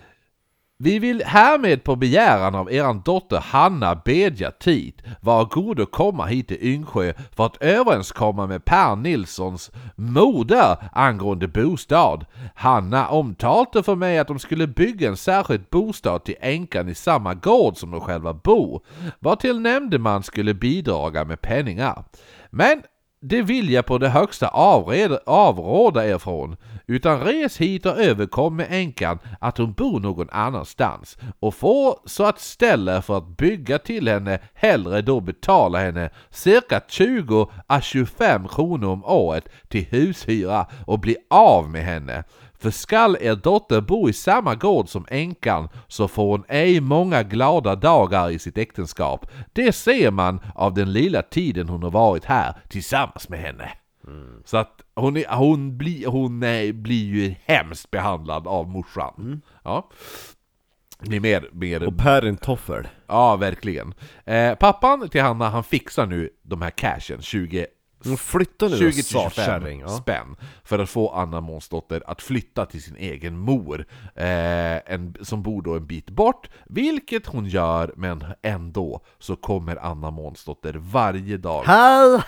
Vi vill härmed på begäran av eran dotter Hanna bedja tid var god att komma hit till Yngsjö för att överenskomma med Per Nilssons moder angående bostad. Hanna omtalte för mig att de skulle bygga en särskild bostad till änkan i samma gård som de själva bor, var till nämndeman skulle bidraga med penningar. Men det vill jag på det högsta avred, avråda er från, utan res hit och överkom med änkan att hon bor någon annanstans och få så att ställa för att bygga till henne, hellre då betala henne cirka tjugo till tjugofem kronor om året till hushyra och bli av med henne. För skall er dotter bo i samma gård som änkan så får hon ej många glada dagar i sitt äktenskap. Det ser man av den lilla tiden hon har varit här tillsammans med henne. Mm. Så att hon, är, hon, blir, hon är, blir ju hemskt behandlad av morsan. Mm. Ja. Det är mer, mer... Och Per en toffel. Ja, verkligen. Eh, pappan till Hanna, han fixar nu de här cashen, tjugo flyttar nu tjugo till tjugofem ja. spänn för att få Anna Månsdotter att flytta till sin egen mor eh, en, som bor då en bit bort, vilket hon gör, men ändå så kommer Anna Månsdotter varje dag hall,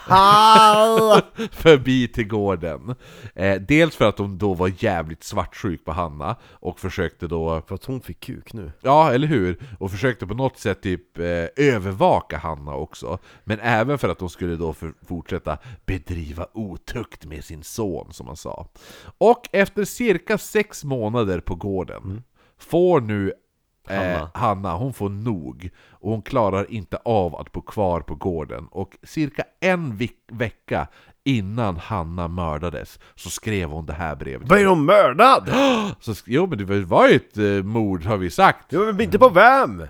hall. förbi till gården. Eh, dels för att hon då var jävligt svartsjuk på Hanna och försökte då... För att hon fick kuk nu. Ja, eller hur? Och försökte på något sätt typ eh, övervaka Hanna också. Men även för att hon skulle då för, fortsätta bedriva otukt med sin son, som man sa. Och efter cirka sex månader på gården mm. får nu eh, Hanna. Hanna, hon får nog. Och hon klarar inte av att bo kvar på gården. Och cirka en ve- vecka innan Hanna mördades så skrev hon det här brevet. Var hon mördad? Så, jo, men det var ju ett eh, mord, har vi sagt. Jo, men inte på vem?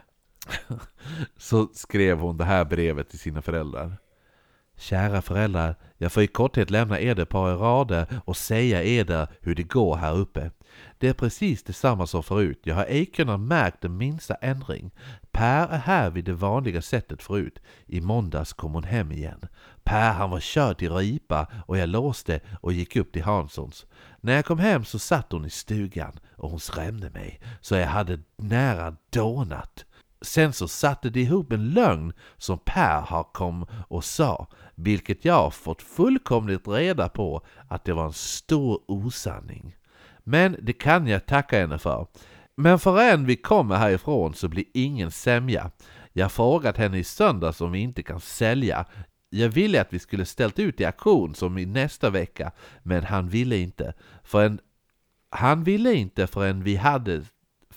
Så skrev hon det här brevet till sina föräldrar. Kära föräldrar, jag får i korthet lämna eder på er rader och säga eder hur det går här uppe. Det är precis detsamma som förut. Jag har ej kunnat märka den minsta ändring. Per är här vid det vanliga sättet förut. I måndags kom hon hem igen. Per, han var körd till Ripa och jag låste och gick upp till Hanssons. När jag kom hem så satt hon i stugan och hon skrämde mig så jag hade nära dånat. Sen så satte de ihop en lögn som Per har kom och sa, vilket jag har fått fullkomligt reda på att det var en stor osanning. Men det kan jag tacka henne för. Men förrän vi kommer härifrån så blir ingen sämja. Jag har frågat henne i söndags om vi inte kan sälja. Jag ville att vi skulle ställt ut i auktion som i nästa vecka, men han ville inte. Förrän, han ville inte förrän vi hade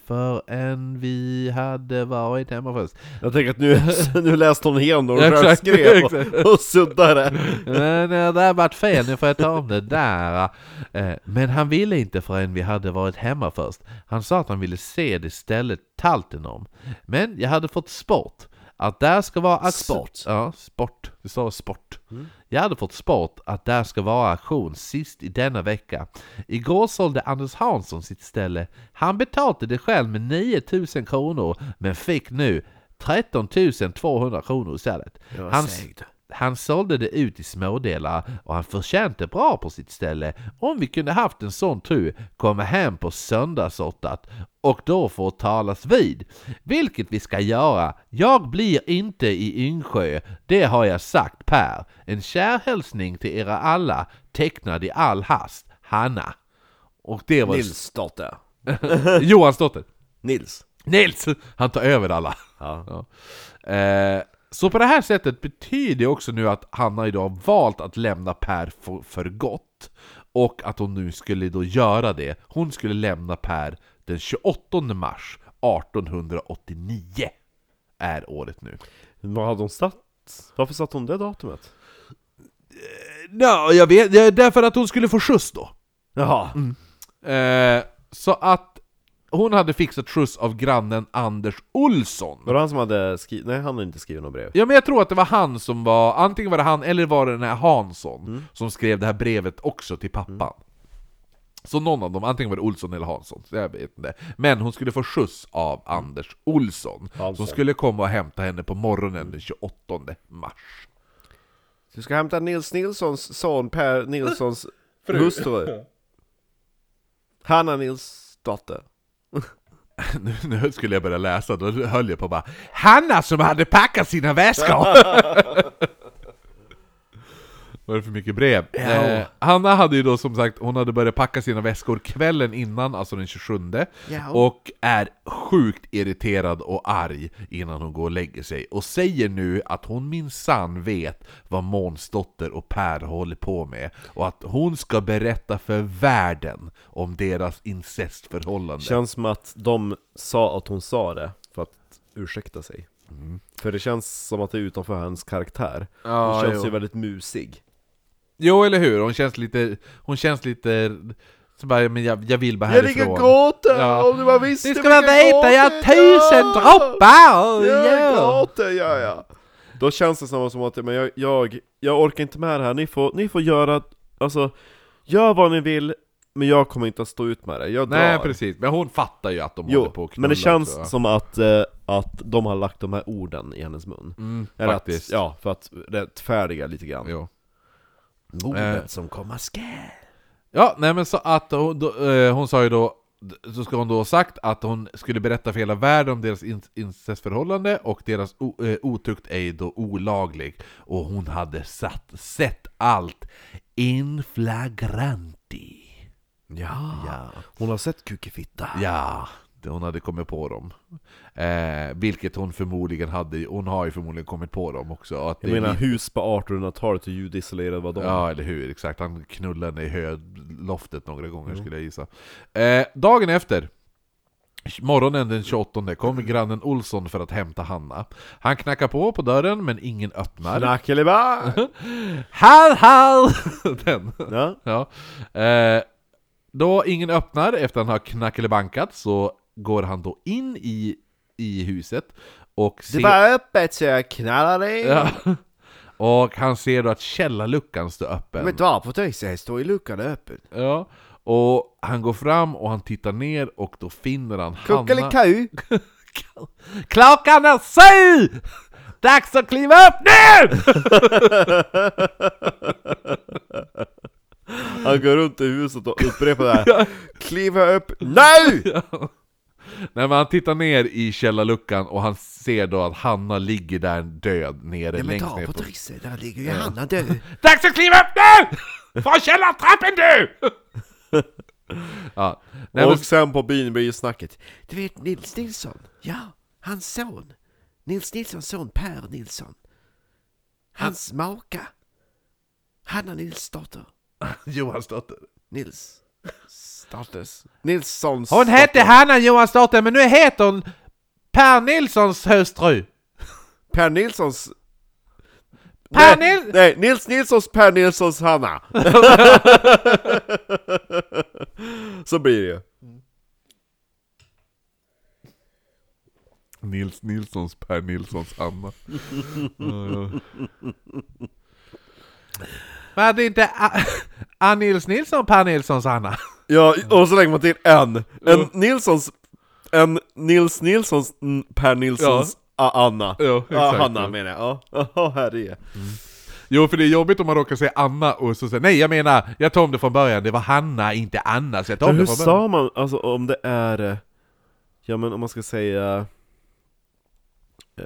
förrän vi hade varit hemma först. Jag tänker att nu, nu läste hon igenom och själv Exakt, skrev och, exakt. och suddade. Men eh, det har varit fel, nu får jag ta om det där. Eh, Men han ville inte förrän vi hade varit hemma först. Han sa att han ville se det stället Taltenom. Men jag hade fått sport. Att där ska vara aktion. Sport? Ja, sport. Det står sport. Mm. Jag hade fått sport att där ska vara aktion sist i denna vecka. Igår sålde Anders Hansson sitt ställe. Han betalade det själv med nio tusen kronor, men fick nu tretton tusen tvåhundra kronor istället. Han, han sålde det ut i smådelar och han förtjänte bra på sitt ställe. Om vi kunde haft en sån tur, komma hem på söndagsåttat och då får talas vid. Vilket vi ska göra. Jag blir inte i Yngsjö, det har jag sagt Per. En kär hälsning till era alla, tecknad i all hast, Hanna. Och det var Nils dotter. Johans dotter. Nils. Nils! Han tar över alla. Ja. Ja. Eh, så på det här sättet betyder det också nu att Hanna idag har valt att lämna Per för, för gott. Och att hon nu skulle då göra det. Hon skulle lämna Per den tjugoåttonde mars artonhundraåttionio är året nu. Vad hade hon satt? Varför satt hon det datumet? Ja, jag vet. Det är därför att hon skulle få skjuts då. Jaha. Mm. Eh, så att hon hade fixat skjuts av grannen Anders Olsson. Var det han som hade skrivit? Nej, han hade inte skrivit något brev. Ja, men jag tror att det var han som var, antingen var det han eller var det den här Hansson Mm. som skrev det här brevet också till pappan. Mm. Så någon av dem, antingen var det Olsson eller Hansson, så jag vet inte. Men hon skulle få skjuts av Anders Olsson, Hansson. som skulle komma och hämta henne på morgonen den tjugoåttonde mars. Du ska hämta Nils Nilssons son Per Nilssons hustru. Hanna Nils dotter. nu, nu skulle jag börja läsa, då höll jag på bara Hanna som hade packat sina väskor! Var det för mycket brev? Ja. Eh, Hanna hade ju då som sagt, hon hade börjat packa sina väskor kvällen innan, alltså den tjugosjunde, Ja. och är sjukt irriterad och arg innan hon går och lägger sig, och säger nu att hon minsann vet vad Måns dotter och Per håller på med, och att hon ska berätta för världen om deras incestförhållande. Känns som att de sa att hon sa det för att ursäkta sig. Mm. För det känns som att det är utanför hennes karaktär. Ja, Hon känns jo. ju väldigt musig. Jo, eller hur? Hon känns lite, hon känns lite så bara, men jag, jag vill bara Jag härifrån. ligger gråter, Ja. om du bara visste. Det ska man veta, jag har tusen Ja. droppar! Jag Ja. gråter, ja ja. Då känns det som att men jag, jag, jag orkar inte med det här. Ni får, ni får göra, alltså, gör vad ni vill, men jag kommer inte att stå ut med det. Jag drar. Nej, precis. Men hon fattar ju att de håller Jo, på att knulla, men det tror jag. känns som att, eh, att de har lagt de här orden i hennes mun. Mm, Eller faktiskt. att, ja, för att rättfärdiga lite grann. Jo. Mordet Eh. som kommer skall. Ja, nej men så att hon, då, eh, hon sa ju då, så ska hon då ha sagt att hon skulle berätta för hela världen om deras in- incestförhållande, och deras o- eh, otukt är ju då olaglig, och hon hade satt, sett allt in flagranti. Ja. Ja, Hon har sett kukifitta. ja, det hon hade kommit på dem. Eh, vilket hon förmodligen hade, hon har ju förmodligen kommit på dem också. Att Jag det är menar, lite- hus på artonhundratalet och ljudisolerade var de. Ja, eller hur, exakt. Han knullade henne i högloftet några gånger, skulle jag gissa. Eh, dagen efter, morgonen den tjugoåttonde, kommer grannen Olsson för att hämta Hanna. Han knackar på på dörren, men ingen öppnar. Knackelibang! Hall, hall! Den. Ja. Ja. Eh, då ingen öppnar efter att han har knackelebankat, så går han då in i, i huset och ser... Det var öppet så jag knallade in. Ja. Och han ser då att källarluckan står öppen. Vet du vad, på Töjse står i luckan öppen. Ja, och han går fram och han tittar ner, och då finner han Hanna. Kuckeliku! Klockan är sju! Dags att kliva upp nu! Han går runt i huset och upprepar det här. Kliva upp nu! Ja. Nej, men han tittar ner i källarluckan och han ser då att Hanna ligger där död nere, Nej men längst ta ner på på... Trisse, där ligger ju Hanna död. Dags att kliva upp nu! Från källartrappen du! Ja. Nej, Och men... sen på byn blir ju snacket. Du vet Nils Nilsson? Ja, hans son. Nils Nilssons son Per Nilsson. Hans maka. Hanna Nils dotter. Johans dotter. Nils. Startes. Nilssons Hon hette Hanna Johansdotter, men nu heter hon Per Nilssons hustru. Per Nilssons... Per nej, Nil... nej, Nils Nilssons Per Nilssons Hanna. Så blir det ju. Nils Nilssons Per Nilssons Anna. Ja, ja. Men det är inte A- A- Nils Nilsson Per Nilssons Anna. Ja, och så lägger man till en. En Nilssons... En Nils Nilssons mm, Per Nilssons A- Anna. Ja, Ja, exakt. Hanna menar jag. Ja, ja herre. Jo, för det är jobbigt om man råkar säga Anna och så säger nej, jag menar, jag tar om det från början, det var Hanna, inte Anna, så jag tar om Men det hur från början. sa man, alltså om det är... eh, Ja men om man ska säga... Eh,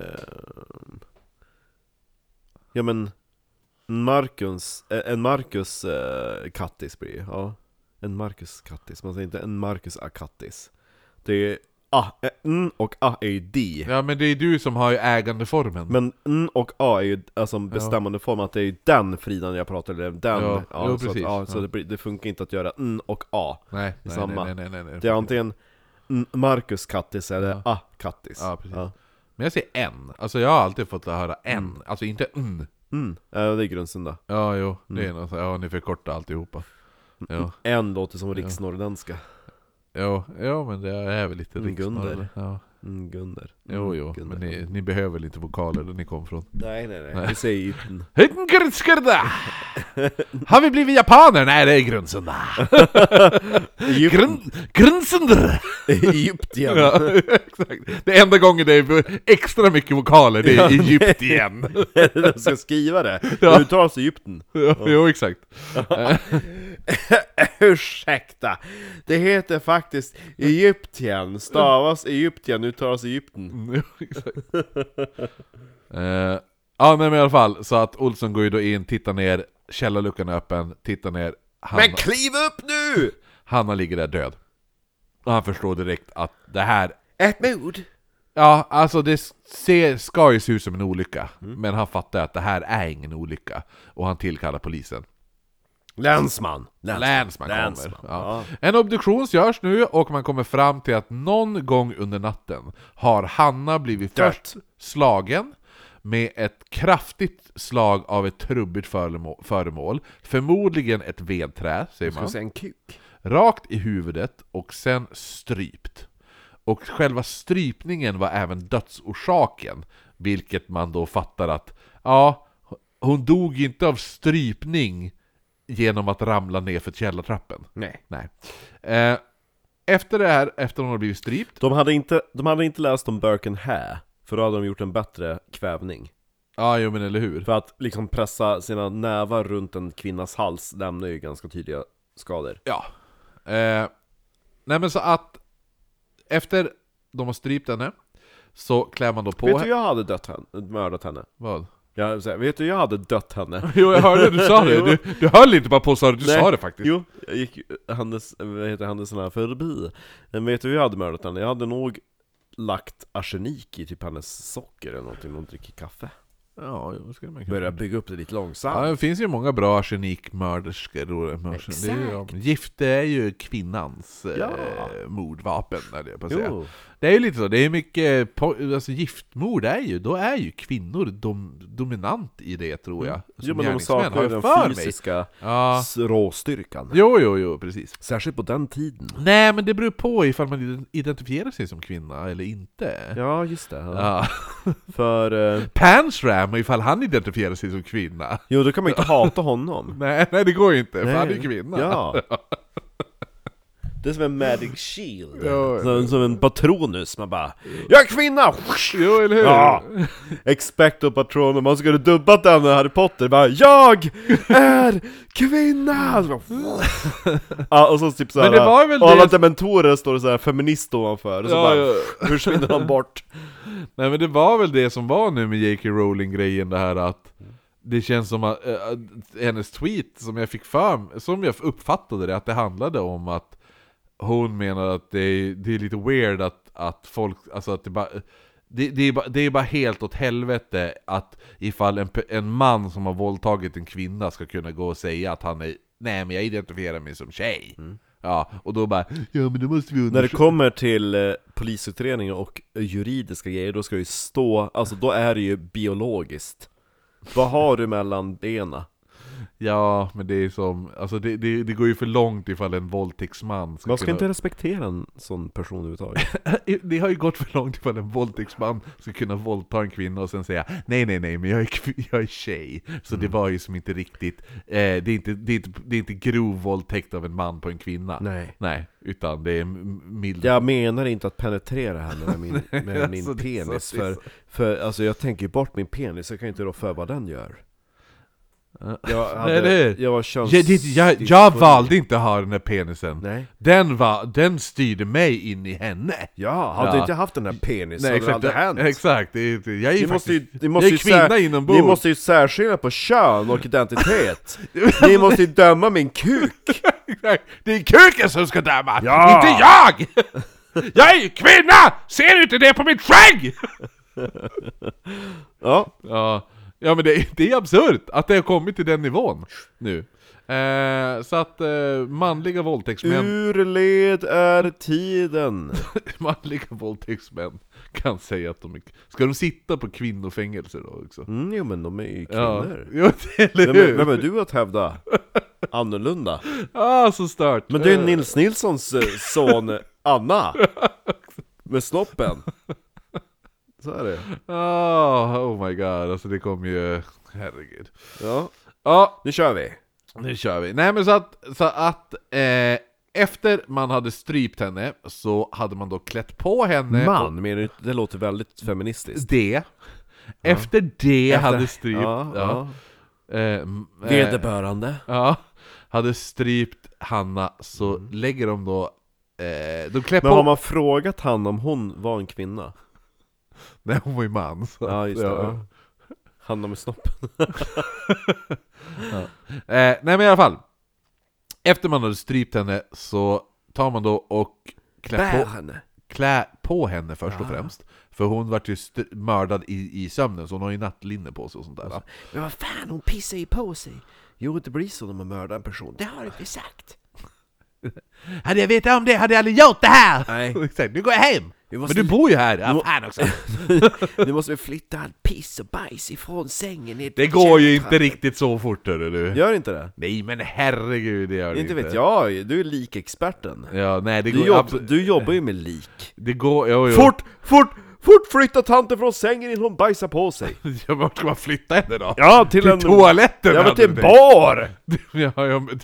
ja men... En Marcus, eh, en Marcus eh, Kattis blir det, ja. En Marcus Kattis, man säger inte en Marcus A Kattis. Det är A, eh, N och A är ju D. Ja, men det är du som har ju ägandeformen. Men N och A är ju alltså bestämmande form, att det är ju den Fridan jag pratar eller den. Ja, jo, så precis. Att, ja, så Ja. det, blir- det funkar inte att göra N och A. nej, det är nej, samma. nej, nej, nej, nej. Det är antingen N Marcus Kattis eller Ja. A Kattis. Ja, precis. Men jag säger en, alltså jag har alltid fått höra en, alltså inte en. Mm. Ja, det är grundsunda. Ja, jo, det Mm. är något, ja, ni förkortar alltihopa. Ja, En låter som riksnorrländska. ja, ja, men det är väl lite Mm, riksnorr. Gunder. Ja. Mm, Gunder. Jo, Mm, jo, Gunder. men ni, ni behöver väl inte vokaler där ni kom från. Nej, nej, nej. Nej. Vi säger Egypten. Grunskirda! Har vi blivit japaner? Nej, det är Grundsunda. Grun, Grundsunda! Egyptien. Ja, exakt. Det enda gången det är extra mycket vokaler, det är Egyptien. De ska skriva det. Ja. Det uttalas Egypten. Ja, jo, exakt. Ursäkta. Det heter faktiskt Egyptien. Stavas Egyptien, uttalas Egypten. Mm, jo, exakt. Eh, ja, men i alla fall, så att Olsson går ju då in, tittar ner, källarluckan är öppen, tittar ner. Hanna, Men kliv upp nu! Hanna ligger där död. Och han förstår direkt att det här... Ett mord. Ja, alltså det ser, ska ju se ut som en olycka. Men han fattar att det här är ingen olycka. Och han tillkallar polisen. Länsman. Länsman kommer. Länsman. Ja. En obduktion görs nu och man kommer fram till att någon gång under natten har Hanna blivit Dött. först slagen med ett kraftigt slag av ett trubbigt föremål, föremål. Förmodligen ett vedträ, säger Jag ska man. säga en kuk. Rakt i huvudet och sen strypt. Och själva strypningen var även dödsorsaken, vilket man då fattar att ja, hon dog inte av strypning genom att ramla ner för källartrappen. Nej. Nej. Eh, efter det här, efter hon har blivit strypt. De hade inte, de hade inte läst om Birkenhair, för då hade de gjort en bättre kvävning. Ja, jo men eller hur. För att liksom pressa sina nävar runt en kvinnas hals lämnar ju ganska tydliga skador. Ja. Eh, nej men så att efter de har strypt henne så klär man då på Vet du henne. jag hade dött henne, mördat henne? Vad? Jag, säger, vet du jag hade dött henne? Jo, jag hörde du sa det. Du, du höll inte bara på så du Nej. sa det faktiskt. Jo, jag gick hennes, vad heter händelserna förbi. Men vet du hur jag hade mördat henne? Jag hade nog lagt arsenik i typ hennes socker eller någonting, hon dricker kaffe. Ja, jo, ska man Börja bygga upp det lite långsamt. Ja, det finns ju många bra arsenikmörderskor. Det är ju, gift är ju kvinnans Ja. eh, mordvapen, är jag på att säga. Jo. Det är ju lite så, det är mycket, po- alltså giftmord är ju, då är ju kvinnor dom, dominant i det, tror jag. Som Jo, men de gärningsmän, saknar har ju jag den för mig. fysiska Ja. s- råstyrkan. Jo, jo, jo, precis. Särskilt på den tiden. Nej, men det beror på ifall man identifierar sig som kvinna eller inte. Ja, just det. Ja. Ja. För... Eh, Pansram, ifall han identifierar sig som kvinna. jo, då kan man ju inte hata honom. Nej, nej, det går ju inte, för Nej. han är ju kvinna. Ja. Det är som en magic shield. Ja, som, som en patronus. Man bara, jag är kvinna! Jo, eller hur? Ja. Expecto Patronum. Man skulle dubbat den med Harry Potter. Bara, jag är kvinna! Ja, och så typ såhär, Men det var väl och alla det- dementorer står det såhär feminist ovanför. Och så Ja, bara ja. försvinner de bort. Nej, men det var väl det som var nu med J K Rowling-grejen, det här att det känns som att äh, hennes tweet som jag fick för som jag uppfattade det, att det handlade om att hon menar att det är, det är lite weird att, att folk, alltså att det bara det, det, är bara, det är bara helt åt helvete att ifall en, en man som har våldtagit en kvinna ska kunna gå och säga att han är, nej men jag identifierar mig som tjej. Mm. Ja, och då bara, ja men då måste vi När det undersöka. kommer till eh, polisutredningar och juridiska grejer, då ska det ju stå, alltså då är det ju biologiskt. Vad har du mellan benen? Ja, men det är som, alltså det, det, det går ju för långt ifall en våldtäktsman ska Man ska kunna... inte respektera en sån person överhuvudtaget. Det har ju gått för långt ifall en våldtäktsman ska kunna våldta en kvinna och sen säga nej, nej, nej, men jag är, kv- jag är tjej. Så Mm. det var ju som inte riktigt, eh, det, är inte, det, är inte, det är inte grov våldtäkt av en man på en kvinna. Nej. Nej, utan det är m- mild. Jag menar inte att penetrera henne med min, med min Alltså, det är så- penis, det är för, för alltså jag tänker ju bort min penis, jag kan ju inte rå för vad den gör. Jag, hade, Eller hur? jag var köns... Jag, det, jag, jag valde inte att ha den här penisen. Nej. Den, var, den styrde mig in i henne. Ja, hade Ja. jag inte haft den här penis så Nej, hade det aldrig hänt. Exakt, det är, inte- jag är ju Ni måste ju, faktiskt, ni måste jag är ju kvinna sär, inombords. ni måste ju särskilja på kön och identitet. Ni måste ju döma min kuk. Det är kuken som ska döma, Ja. inte jag! Jag är ju kvinna! Ser du inte det på mitt skägg? Ja, Ja, ja men det, det är absurt att det har kommit till den nivån nu. Eh, så att eh, manliga våldtäktsmän ur led är tiden. manliga våldtäktsmän kan säga att de är... Ska de sitta på kvinnofängelser då också? Mm, jo men de är ju Ja, kvinnor. jo, eller Vem, är- hur? vem är du att hävda annorlunda? Ah, så stört. Men det är Eh, Nils Nilssons eh, son Anna. Med snoppen. Så är det. ah, oh my god, alltså det kommer ju... Herregud. Ja, Ja, nu kör vi. nu kör vi. Nej men så att, så att eh, efter man hade strypt henne så hade man då klätt på henne Man, menar du? Det låter väldigt feministiskt. det. Efter det Efter- hade strypt Ja, ja. Eh, m- eh, Vederbörande. ja, hade strypt Hanna, så lägger de då eh, de klär Men på... har man frågat han om hon var en kvinna? Nej, hon var ju man så. Ja, just det. Ja. Ja. Hanna med snoppen. Eh, nej men i alla fall, efter man hade strypt henne så tar man då och klär på, henne. klä på henne först och Ja. främst. För hon vart ju st- mördad i, i sömnen, så hon har ju nattlinne på sig och sånt där. Men vad fan, hon pissar ju på sig. Jo, det blir så när man mördar en person. Det har du inte sagt. Hade jag vetat om det hade jag aldrig gjort det här! Nej. Exakt, nu går jag hem! Vi Men måste, du bor ju här! Ja, må- fan också! nu måste vi flytta allt piss och bajs ifrån sängen ner till Det går ju källartrappan. inte riktigt så fort, hörru du. Gör inte det? Nej men herregud, det gör det Inte inte. vet jag, du är likexperten. Ja, nej det Du, går jobb, absolut... du jobbar ju med lik. Det går... Jo, jo. Fort, fort, fort flytta tanten från sängen innan hon bajsar på sig. Ja, vart ska man flytta henne då? Ja, till, Till en... toaletten! Ja, men hade till en du bar! tänkt. Ja, ja, men...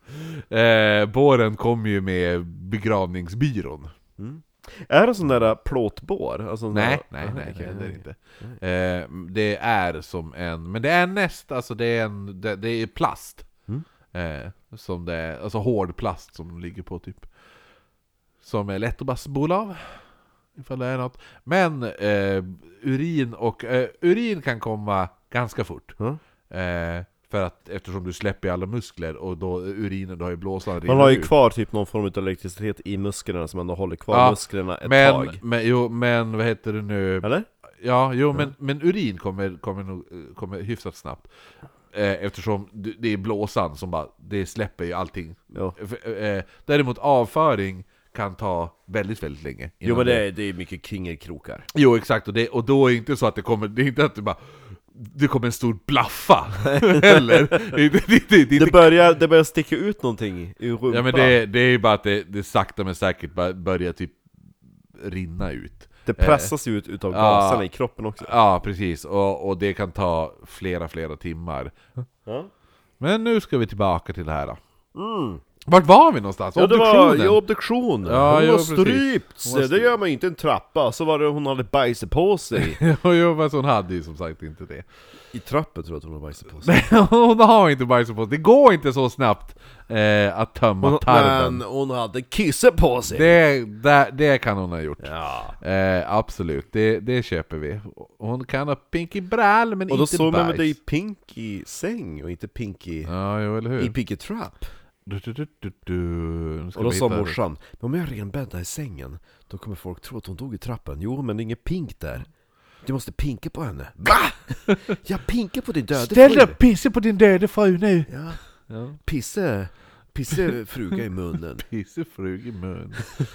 Eh, båren kom ju med begravningsbyrån. Är det sån där plåtbår? Alltså, Nej, där... nej, Aha, nej, okej, nej, det är nej. inte. Eh, det är som en... Men det är näst, alltså det är en... Det, det är plast. Mm. Eh, som det är, alltså hård plast som ligger på typ... Som är lätt att bara spola av. Ifall det är något. Men eh, urin och... Eh, urin kan komma ganska fort. Mm. Eh, för att eftersom du släpper alla muskler och då urinen, då har ju blåsan Man har ju ut. kvar typ någon form av elektricitet i musklerna, så man håller kvar Ja, musklerna ett men, tag. men, jo, men vad heter det nu? Eller? Ja, jo, men, men urin kommer, kommer, nog, kommer hyfsat snabbt. Eh, eftersom det det är blåsan som bara, det släpper ju allting. Ja. F- eh, däremot avföring kan ta väldigt, väldigt länge. Jo innan men det är, det är mycket kringelkrokar. Jo, exakt, och, det, och då är det inte så att det kommer, det är inte att det bara det kommer en stor blaffa, eller? Det, det, det, det, det, Det börjar, det börjar sticka ut någonting ur rumpan. ja men det, det är ju bara att det, det sakta men säkert bara börjar typ rinna ut. Det pressas ut utav ja. gaserna i kroppen också. Ja, precis, och, och det kan ta flera, flera timmar. Ja. Men nu ska vi tillbaka till det här då. Mm. Vart var vi någonstans? Ja, det var Obduktionen? ju obduktion. Ja, hon jo, var precis. strypts. Hon var Det strypt. gör man ju inte i en trappa. Så var det hon hade bajsat på sig. Jo, jo, men hon hade ju som sagt inte det. I trappen tror jag att hon hade bajsat på sig. Hon har inte bajsat på sig. Det går inte så snabbt eh, att tömma Hon, tarmen. men hon hade kissat på sig. Det, det, det kan hon ha gjort. Ja. Eh, absolut, det, det köper vi. Hon kan ha pinky brall, men Och då inte såg man med bajs. dig i Pinky säng och inte Pinky Ja, jo, eller hur? i Pinky Trap. Du, du, du, du, du. Nu ska Och då vi sa hitta det. morsan, men om jag renbäddar i sängen, då kommer folk tro att hon dog i trappen. Jo, men det är ingen pink där. Du måste pinka på henne. Va? Jag pinkar på din döda Ställ fru. dig och pissa på din döda fru nu! Ja, Ja. pisse. pissefruga i munnen. Pissefrug i mun.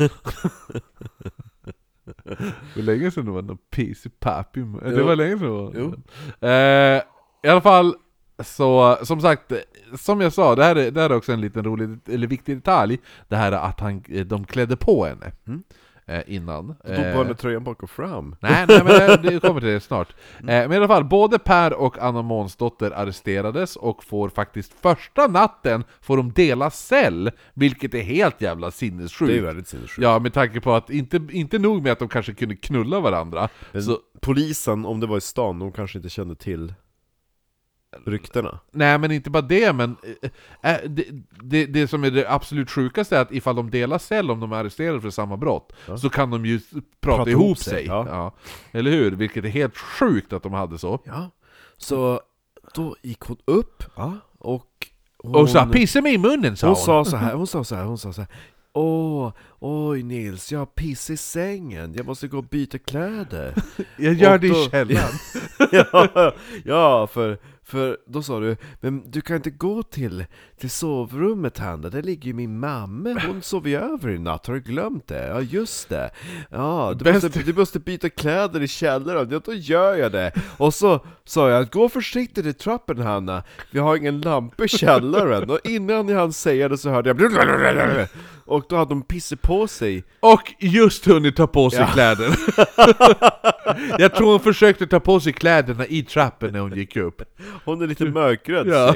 Hur länge sedan det var någon pissepapp i mun? Jo. Det var länge sedan det var. Jo. Eh, I alla fall, så som sagt, som jag sa, det här är, det här är också en liten rolig, eller viktig detalj. Det här att han, de klädde på henne. Mm. Eh, innan. Då tog på henne tröjan bak och fram. Nej, nej, men det, det kommer till det snart. Eh, men i alla fall, både Per och Anna Månsdotter arresterades och får faktiskt första natten får de dela cell, vilket är helt jävla sinnessjukt. Det är väldigt sinnessjukt. Ja, med tanke på att inte, inte nog med att de kanske kunde knulla varandra. Så, polisen, om det var i stan, de kanske inte kände till ryktena. nej, men inte bara det, men äh, det, det, det som är det absolut sjukaste är att ifall de delar cell, om de är arresterade för samma brott, ja. så kan de ju prata, prata ihop, ihop sig, sig. Ja. Ja. Eller hur? Vilket är helt sjukt att de hade så. Ja. Så då gick hon upp, ja, och hon, och sa, pissa mig i munnen, sa hon. Hon sa så här, hon sa så här, hon sa så här. Åh, oj Nils, jag har piss i sängen. Jag måste gå och byta kläder. Jag gör och det då, i källaren. ja, ja, för, för då sa du, men du kan inte gå till, till sovrummet, Hanna. Där ligger ju min mamma. Hon sov ju över i natt. Har du glömt det? Ja, just det. Ja, du, måste, du måste byta kläder i källaren. Ja, då gör jag det. Och så sa jag, gå försiktigt i trappen, Hanna. Vi har ingen lampa i källaren. Och innan jag hann säga det så hörde jag... Och då hade de pissat på sig. Och just hunnit ta på sig ja. kläder. Jag tror hon försökte ta på sig kläderna i trappen när hon gick upp. Hon är lite mörkrädd. Ja.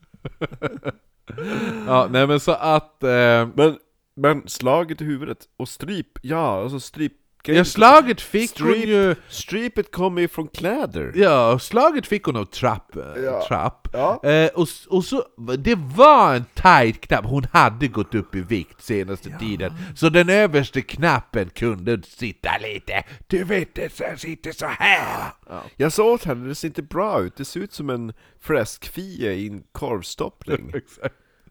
Ja, nej men så att eh... men, men slaget i huvudet och stryp. Ja, alltså stryp. Ja, slaget fick Strip, hon ju... Stripet kommer ju från kläder. Ja, slaget fick hon av trapp. Ja. trapp. Ja. Eh, och, och så, det var en tight knapp. Hon hade gått upp i vikt senaste ja. tiden. Så den översta knappen kunde sitta lite. Du vet, det sitter så här. Ja. Jag sa åt henne, det ser inte bra ut. Det ser ut som en fläskfia i en korvstoppning. Exakt.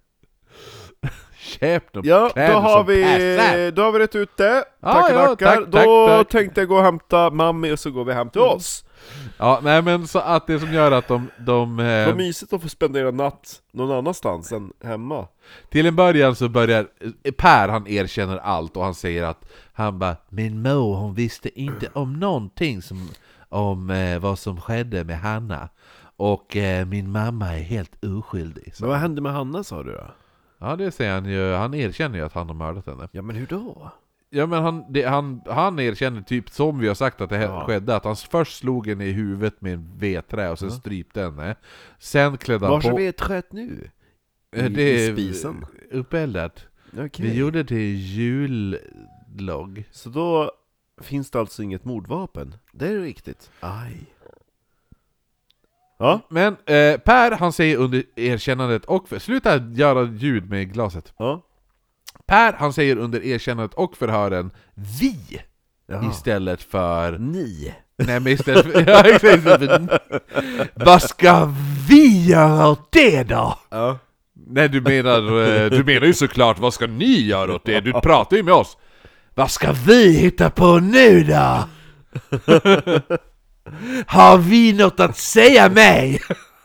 Köp dem ja, kläder då har som vi passar. Då har vi rätt ut det. Ah, tack, ja, tack, tack, Då tack. tänkte jag gå och hämta mamma och så går vi hem till oss. Ja, nej men så att det som gör att de... de eh, Vad mysigt att få spendera natt någon annanstans än hemma. Till en början så börjar Per, han erkänner allt och han säger att han bara, min mor, hon visste inte om någonting som, om eh, vad som skedde med Hanna. Och eh, min mamma är helt oskyldig. Men vad hände med Hanna, sa du då? Ja, det säger han ju. Han erkänner ju att han har mördat henne. Ja, men hur då? Ja, men han, det, han, han erkänner typ, som vi har sagt att det ja. skedde, att han först slog henne i huvudet med en vedträ och sen ja. strypte henne. Sen klädde han Var på... Var är vedträet nu? I, det är i spisen? Uppeeldat. Okay. Vi gjorde det till jullogg. Så då finns det alltså inget mordvapen? Det är riktigt. Aj. Ja. Men eh, Per, han säger under erkännandet och för, sluta göra ljud med glaset. Ja. Per, han säger under erkännandet och förhören vi Jaha. istället för ni. Nej, men istället för, ja, istället för vad ska vi göra åt det då? Ja. Nej, du menar du menar ju såklart vad ska ni göra åt det? Du pratar ju med oss. Vad ska vi hitta på nu då? Har vi något att säga mig?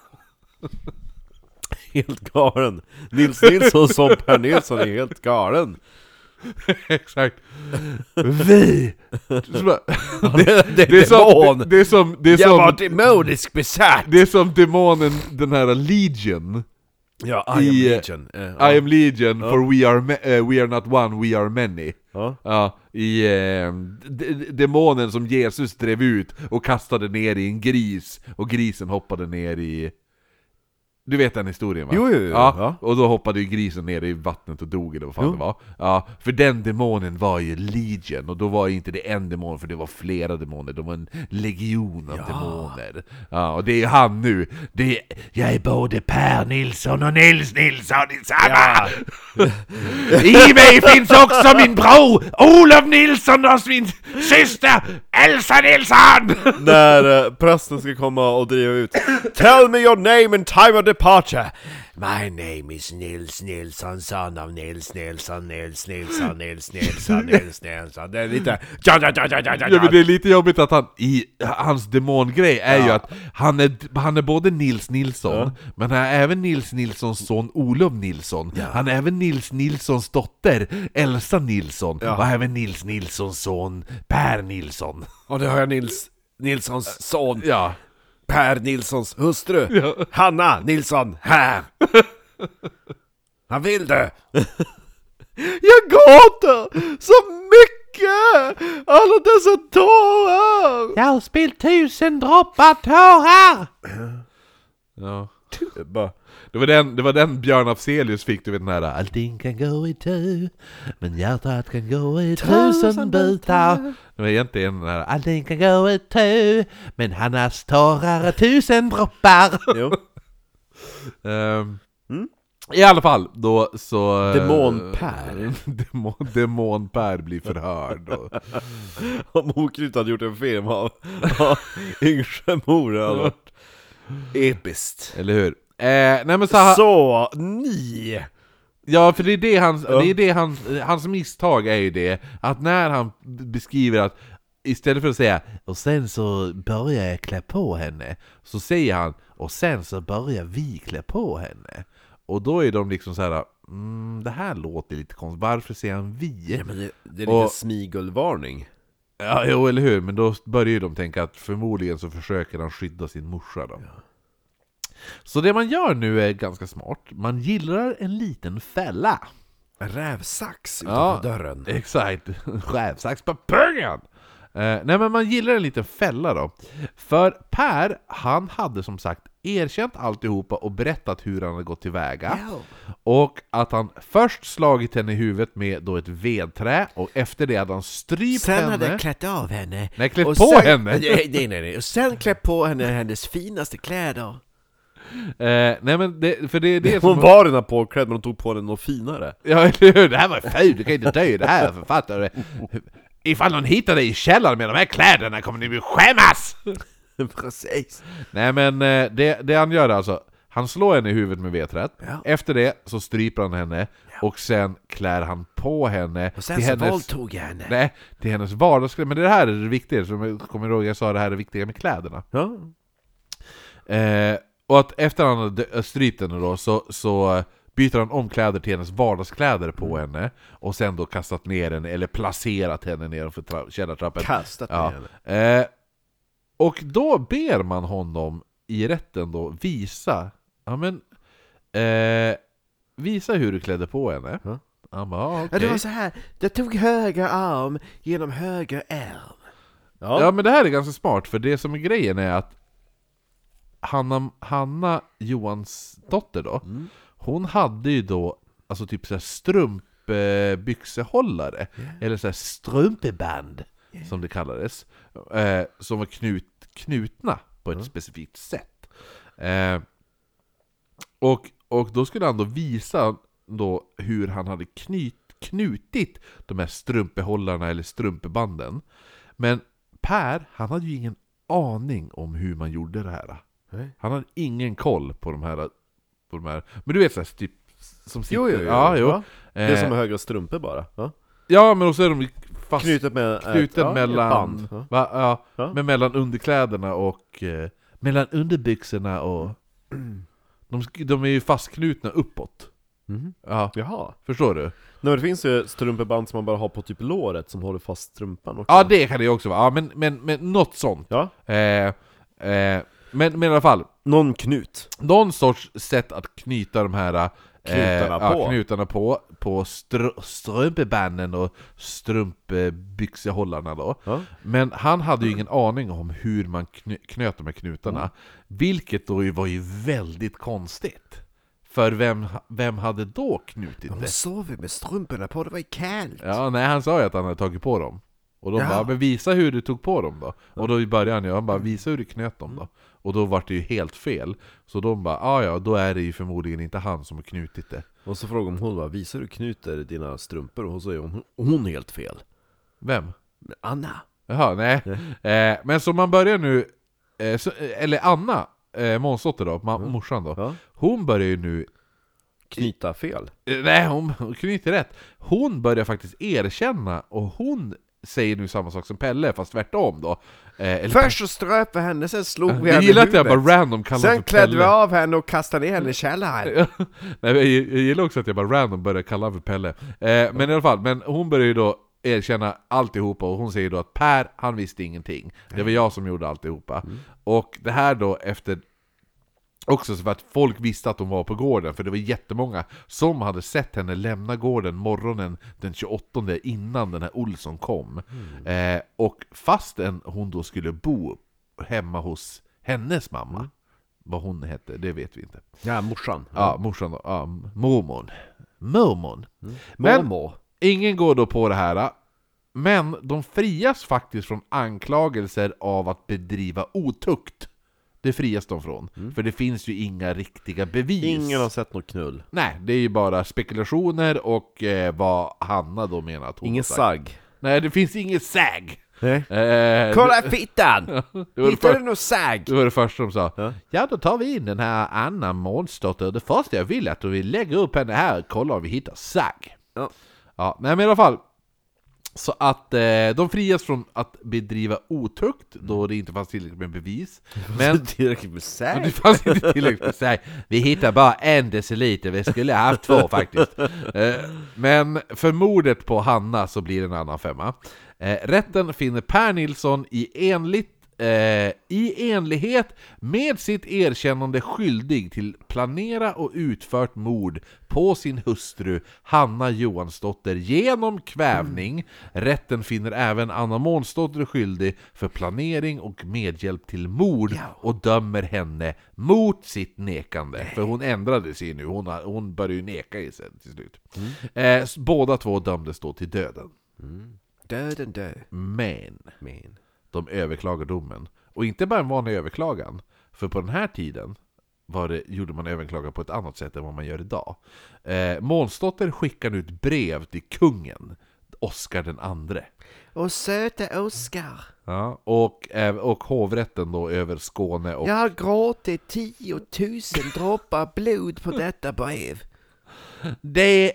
Helt galen. Nils Nilsson som Per Nilsson är helt galen. Exakt. Vi. Det, det, det, det är som det är som det är Jag som, var demonisk besatt. Det är som demonen, den här Legion. Ja, I I, am Legion. Uh, I am Legion, ja. for we are ma- uh, we are not one, we are many. Ja. Ja, i eh, d- demonen som Jesus drev ut och kastade ner i en gris, och grisen hoppade ner i... Du vet den historien, va? Jo, jo, jo. Ja, Ja. och då hoppade ju grisen ner i vattnet och dog, eller vad fan Jo. det var. Ja, för den demonen var ju Legion, och då var ju inte det en demon, för det var flera demoner. Det var en legion av Ja. demoner. Ja, och det är han nu. Det är, jag är både Per Nilsson och Nils Nilsson i samma. Ja. I mig finns också min bror Olof Nilsson och min syster Elsa Nilsson. När uh, prästen ska komma och driva ut. Tell me your name and time of departure. My name is Nils Nilsson, son of Nils Nilsson, Nils Nilsson, Nils Nilsson, Nils Nilsson. Det är lite... Ja, ja, ja, ja, ja, Ja, men det är lite jobbigt att han, i hans demongrej är ja. ju att han är, han är både Nils Nilsson, ja. men han är även Nils Nilssons son Olof Nilsson. Ja. Han är även Nils Nilssons dotter Elsa Nilsson, ja. och även Nils Nilssons son Per Nilsson. Och det har jag Nils Nilssons son. Ja. Per Nilssons hustru, ja. Hanna Nilsson här. Han vill det. Jag gråter så mycket. Alla dessa tårar. Jag har spilt tusen droppar tårar. Ja. Det var den, det var den Björn Afzelius fick, du vet, den här allting kan gå i tu, men hjärtat kan gå i tusen bitar. Det var egentligen den här allting kan gå i tu, men Hannas tårar är tusen droppar. Jo. um, mm? I alla fall, då så... Demon-Per. Demon, Demon-Per blir förhörd. Och... Om Oknytt hade gjort en film av Yngsjömor hade varit episkt. Eller hur? Eh, nej men så, ha... så ni... Ja, för det är det hans, ja. det är det hans, hans misstag är ju det, att när han beskriver att istället för att säga och sen så börjar jag klä på henne, så säger han och sen så börjar vi klä på henne. Och då är de liksom så här, mm, det här låter lite konstigt, varför säger han vi? Ja, men det, det är lite och, smigulvarning. Ja, jo, eller hur, men då börjar ju de tänka att förmodligen så försöker han skydda sin morsa då. Ja. Så det man gör nu är ganska smart. Man gillrar en liten fälla. En rävsax utanför ja, dörren. Exakt. Rävsax på pungen. Eh, nej men man gillar en liten fälla då. För Per, han hade som sagt erkänt alltihopa och berättat hur han hade gått tillväga. Yeah. Och att han först slagit henne i huvudet med då ett vedträ, och efter det hade han strypt sen henne. Sen hade han klätt av henne. Nej, klätt och på sen, henne. Nej, nej, nej. Och sen klätt på henne hennes finaste kläder. Eh, nej men det, för det är det hon som... var redan påklädd, men hon tog på den något finare. Ja, eller hur? Det här var fult, du kan inte dö det här, författare. Ifall någon hittar dig i källaren med de här kläderna kommer ni bli skämmas! Precis. Nej men det, det han gör alltså, han slår henne i huvudet med vedträet. Ja. Efter det så stryper han henne, ja. och sen klär han på henne. Och sen till så hennes, våldtog jag henne. Nej, till hennes vardagskläder. Men det här är det viktiga, som jag kommer ihåg, jag sa det här är det viktiga med kläderna. Ja. Eh, och att efter han hade strypt henne då, så, så byter han om kläder till hennes vardagskläder på mm. henne, och sen då kastat ner henne, eller placerat henne nedanför tra- källartrappen. Kastat ner ja. henne. Eh, och då ber man honom i rätten då visa, ja men, eh, visa hur du klädde på henne. Ja. Han bara, ah, okay. Ja, det var så här, jag tog höger arm genom höger ärm. Ja. ja, men det här är ganska smart, för det som är grejen är att Hanna, Hanna Johans dotter då, mm. hon hade ju då alltså typ så här strumpbyxehållare, yeah. eller så här strumpeband, yeah. som det kallades, eh, som var knut, knutna på ett mm. specifikt sätt. Eh, och, och då skulle han då visa då hur han hade knyt, knutit de här strumpehållarna eller strumpebanden. Men Per, han hade ju ingen aning om hur man gjorde det här. Nej. Han hade ingen koll på de här, på de här. Men du vet så här, typ som sitter. Jo, jo, jo. Ja, jo. Ja. Det är som högra strumpor bara. Ja, ja, men också är de fast knutet med knuten ja, mellan band. Ja. Va, ja, ja. Men mellan underkläderna och eh, mellan underbyxorna och de, de är ju fastknutna uppåt. Mm. Ja. Jaha. Förstår du? Nej, det finns ju strumpeband som man bara har på typ låret som håller fast strumpan också. Ja, det kan det ju också vara. Ja, men, men, men något sånt. Ja. Eh, eh, men, men i alla fall. Någon knut. Någon sorts sätt att knyta de här knutarna, eh, på. Ja, knutarna på på str- strumpebanden och strumpbyxehållarna då. Ja. Men han hade ju ingen aning om hur man kn- knöt de här knutarna. Mm. Vilket då var ju väldigt konstigt. För vem, vem hade då knutit det? De sov vi med strumporna på, det var ju kallt. Ja, nej, han sa ju att han hade tagit på dem. Och de ja. bara, men visa hur du tog på dem då. Och då i början, ja, han bara, visa hur du knöt dem då. Och då var det ju helt fel. Så de bara, ah, ja, då är det ju förmodligen inte han som har knutit det. Och så frågar hon bara, visar du knuter dina strumpor? Och så säger hon, hon är helt fel. Vem? Anna. Jaha, nej. eh, men så man börjar nu, eh, så, eller Anna, eh, Månsdotter då, ma- Mm. morsan då, Ja. hon börjar ju nu Knyta fel. eh, nej, hon, hon knyter rätt. Hon börjar faktiskt erkänna, och hon säger nu samma sak som Pelle, fast tvärtom då. Eh, eller Först så ströp vi henne, sen slog vi jag henne i gillar att jag huvudet. bara random kallar Sen för klädde Pelle. vi av henne och kastade ner henne i källaren. Nej, jag, jag gillar också att jag bara random börjar kalla för Pelle. Eh, men i alla fall, men hon börjar ju då erkänna alltihopa, och hon säger då att Per, han visste ingenting. Det var jag som gjorde alltihopa. Mm. Och det här då efter också så för att folk visste att hon var på gården, för det var jättemånga som hade sett henne lämna gården morgonen den tjugoåttonde innan den här Olsson kom. Mm. Eh, och fastän hon då skulle bo hemma hos hennes mamma, Mm. vad hon hette, det vet vi inte. Ja, morsan. Ja, morsan då. Ja, mormon. Mormon. Men Mormor. ingen går då på det här. Men de frias faktiskt från anklagelser av att bedriva otukt. Det frias de från. För det finns ju inga riktiga bevis. Ingen har sett något knull. Nej, det är ju bara spekulationer och eh, vad Hanna då menar att hon Ingen har sagt. sagg. Nej, det finns inget säg. Nej. Eh, Kolla fittan! det, var det, Hittade för, du något sagg? det var det första de sa. Ja. Ja, då tar vi in den här Anna Månsdotter. Det första jag vill är att vi lägger upp henne här och kollar om vi hittar sagg. Ja. Ja, nej, men i alla fall. Så att eh, de frias från att bedriva otukt då det inte fanns tillräckligt med bevis. Men Tillräckligt med det sagg? fanns inte tillräckligt med sagg. Vi hittar bara en deciliter, vi skulle ha haft två faktiskt. Eh, men för mordet på Hanna så blir det en annan femma. Eh, rätten finner Per Nilsson i enligt Eh, i enlighet med sitt erkännande skyldig till planera och utfört mord på sin hustru Hanna Johansdotter genom kvävning. Mm. Rätten finner även Anna Månsdotter skyldig för planering och medhjälp till mord och dömer henne mot sitt nekande. För hon ändrade sig nu, hon, hon började ju neka i sen till slut. Mm. Eh, båda två dömdes då till döden. Mm. Döden dö. Men Men. de överklagar domen. Och inte bara en vanlig överklagan. För på den här tiden var det, gjorde man överklagan på ett annat sätt än vad man gör idag. Eh, Månsdotter skickade ut brev till kungen, Oscar den andre. Och söta Oskar. Ja, och, eh, och hovrätten då över Skåne. Och, Jag har gråtit tiotusen droppar blod på detta brev. det,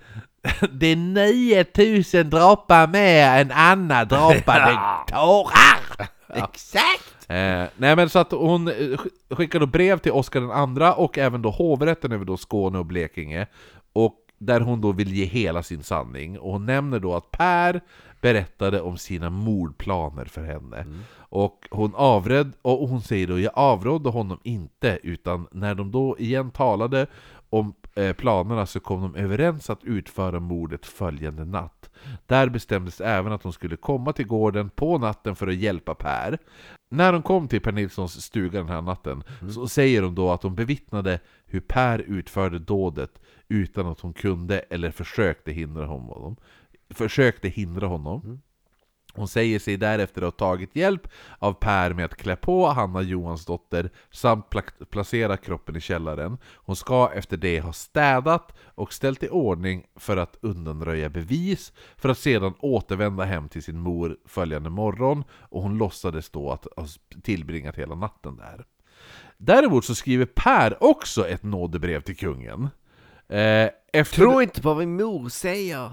det är nio tusen droppar mer än Anna droppade tårar! Exakt! Eh, nej men så att hon eh, skickade brev till Oscar den andra och även då hovrätten över då Skåne och Blekinge, och där hon då vill ge hela sin sanning, och hon nämner då att Per berättade om sina mordplaner för henne. Mm. Och hon avred, och hon säger då, jag avrådde honom inte, utan när de då igen talade om eh, planerna så kom de överens att utföra mordet följande natt. Där bestämdes även att de skulle komma till gården på natten för att hjälpa Per. När de kom till Per Nilssons stuga den här natten mm. så säger de då att de bevittnade hur Per utförde dådet utan att hon kunde eller försökte hindra honom. Försökte hindra honom. Mm. Hon säger sig därefter ha tagit hjälp av Per med att klä på Hanna Johansdotter samt pla- placera kroppen i källaren. Hon ska efter det ha städat och ställt i ordning för att undanröja bevis, för att sedan återvända hem till sin mor följande morgon, och hon låtsades då att ha tillbringat hela natten där. Däremot så skriver Per också ett nådebrev till kungen. Eh, efter Tro inte på vad min mor säger.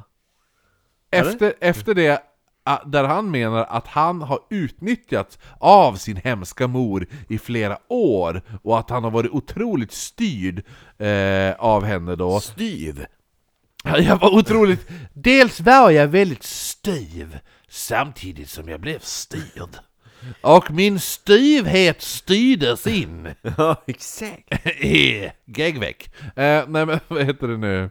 efter, efter det där han menar att han har utnyttjats av sin hemska mor i flera år, och att han har varit otroligt styrd eh, av henne då. Styv. Jag var otroligt... Dels var jag väldigt styv, samtidigt som jag blev styrd. Och min styvhet styrdes in. Ja, exakt. I Gegveck. Eh, nej men vad heter det nu?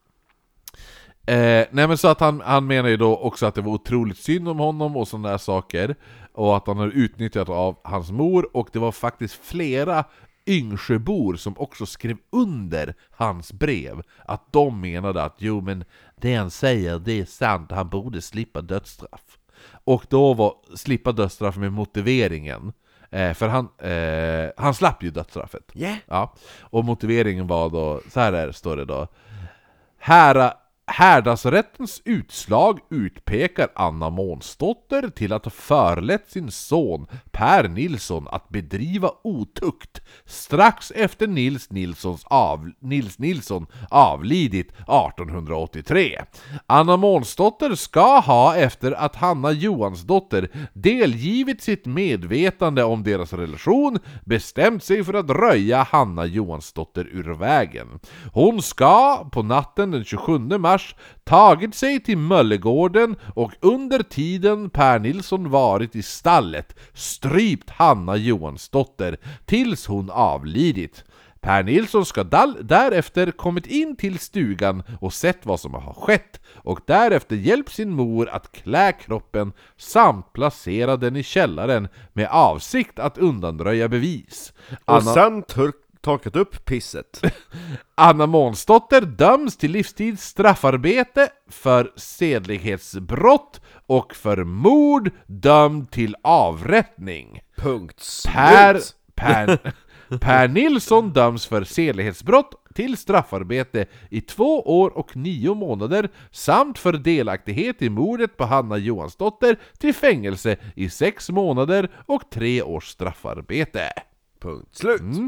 Eh, nej men så att han, han menar ju då också att det var otroligt synd om honom och sådana där saker, och att han har utnyttjat av hans mor, och det var faktiskt flera Yngsjöbor som också skrev under hans brev att de menade att jo men det han säger det är sant, han borde slippa dödsstraff. Och då var slippa dödsstraff med motiveringen eh, för han, eh, han slapp ju dödsstraffet. Yeah. Ja. Och motiveringen var då, så här där står det då: Hära Härdagsrättens utslag utpekar Anna Månsdotter till att ha förlett sin son Per Nilsson att bedriva otukt strax efter Nils Nilssons av, Nils Nilsson avlidit artonhundraåttiotre. Anna Månsdotter ska ha efter att Hanna Johansdotter delgivit sitt medvetande om deras relation bestämt sig för att röja Hanna Johansdotter ur vägen. Hon ska på natten den tjugosjunde mars tagit sig till Möllegården och under tiden Per Nilsson varit i stallet strypt Hanna Johansdotter tills hon avlidit. Per Nilsson ska därefter kommit in till stugan och sett vad som har skett och därefter hjälpt sin mor att klä kroppen samt placera den i källaren med avsikt att undanröja bevis. Och sen turk torkat upp pisset. Anna Månsdotter döms till livstids straffarbete för sedlighetsbrott och för mord dömd till avrättning. Punkt. Per, per, per Nilsson döms för sedlighetsbrott till straffarbete i två år och nio månader samt för delaktighet i mordet på Hanna Johansdotter till fängelse i sex månader och tre års straffarbete. Punkt slut. Mm.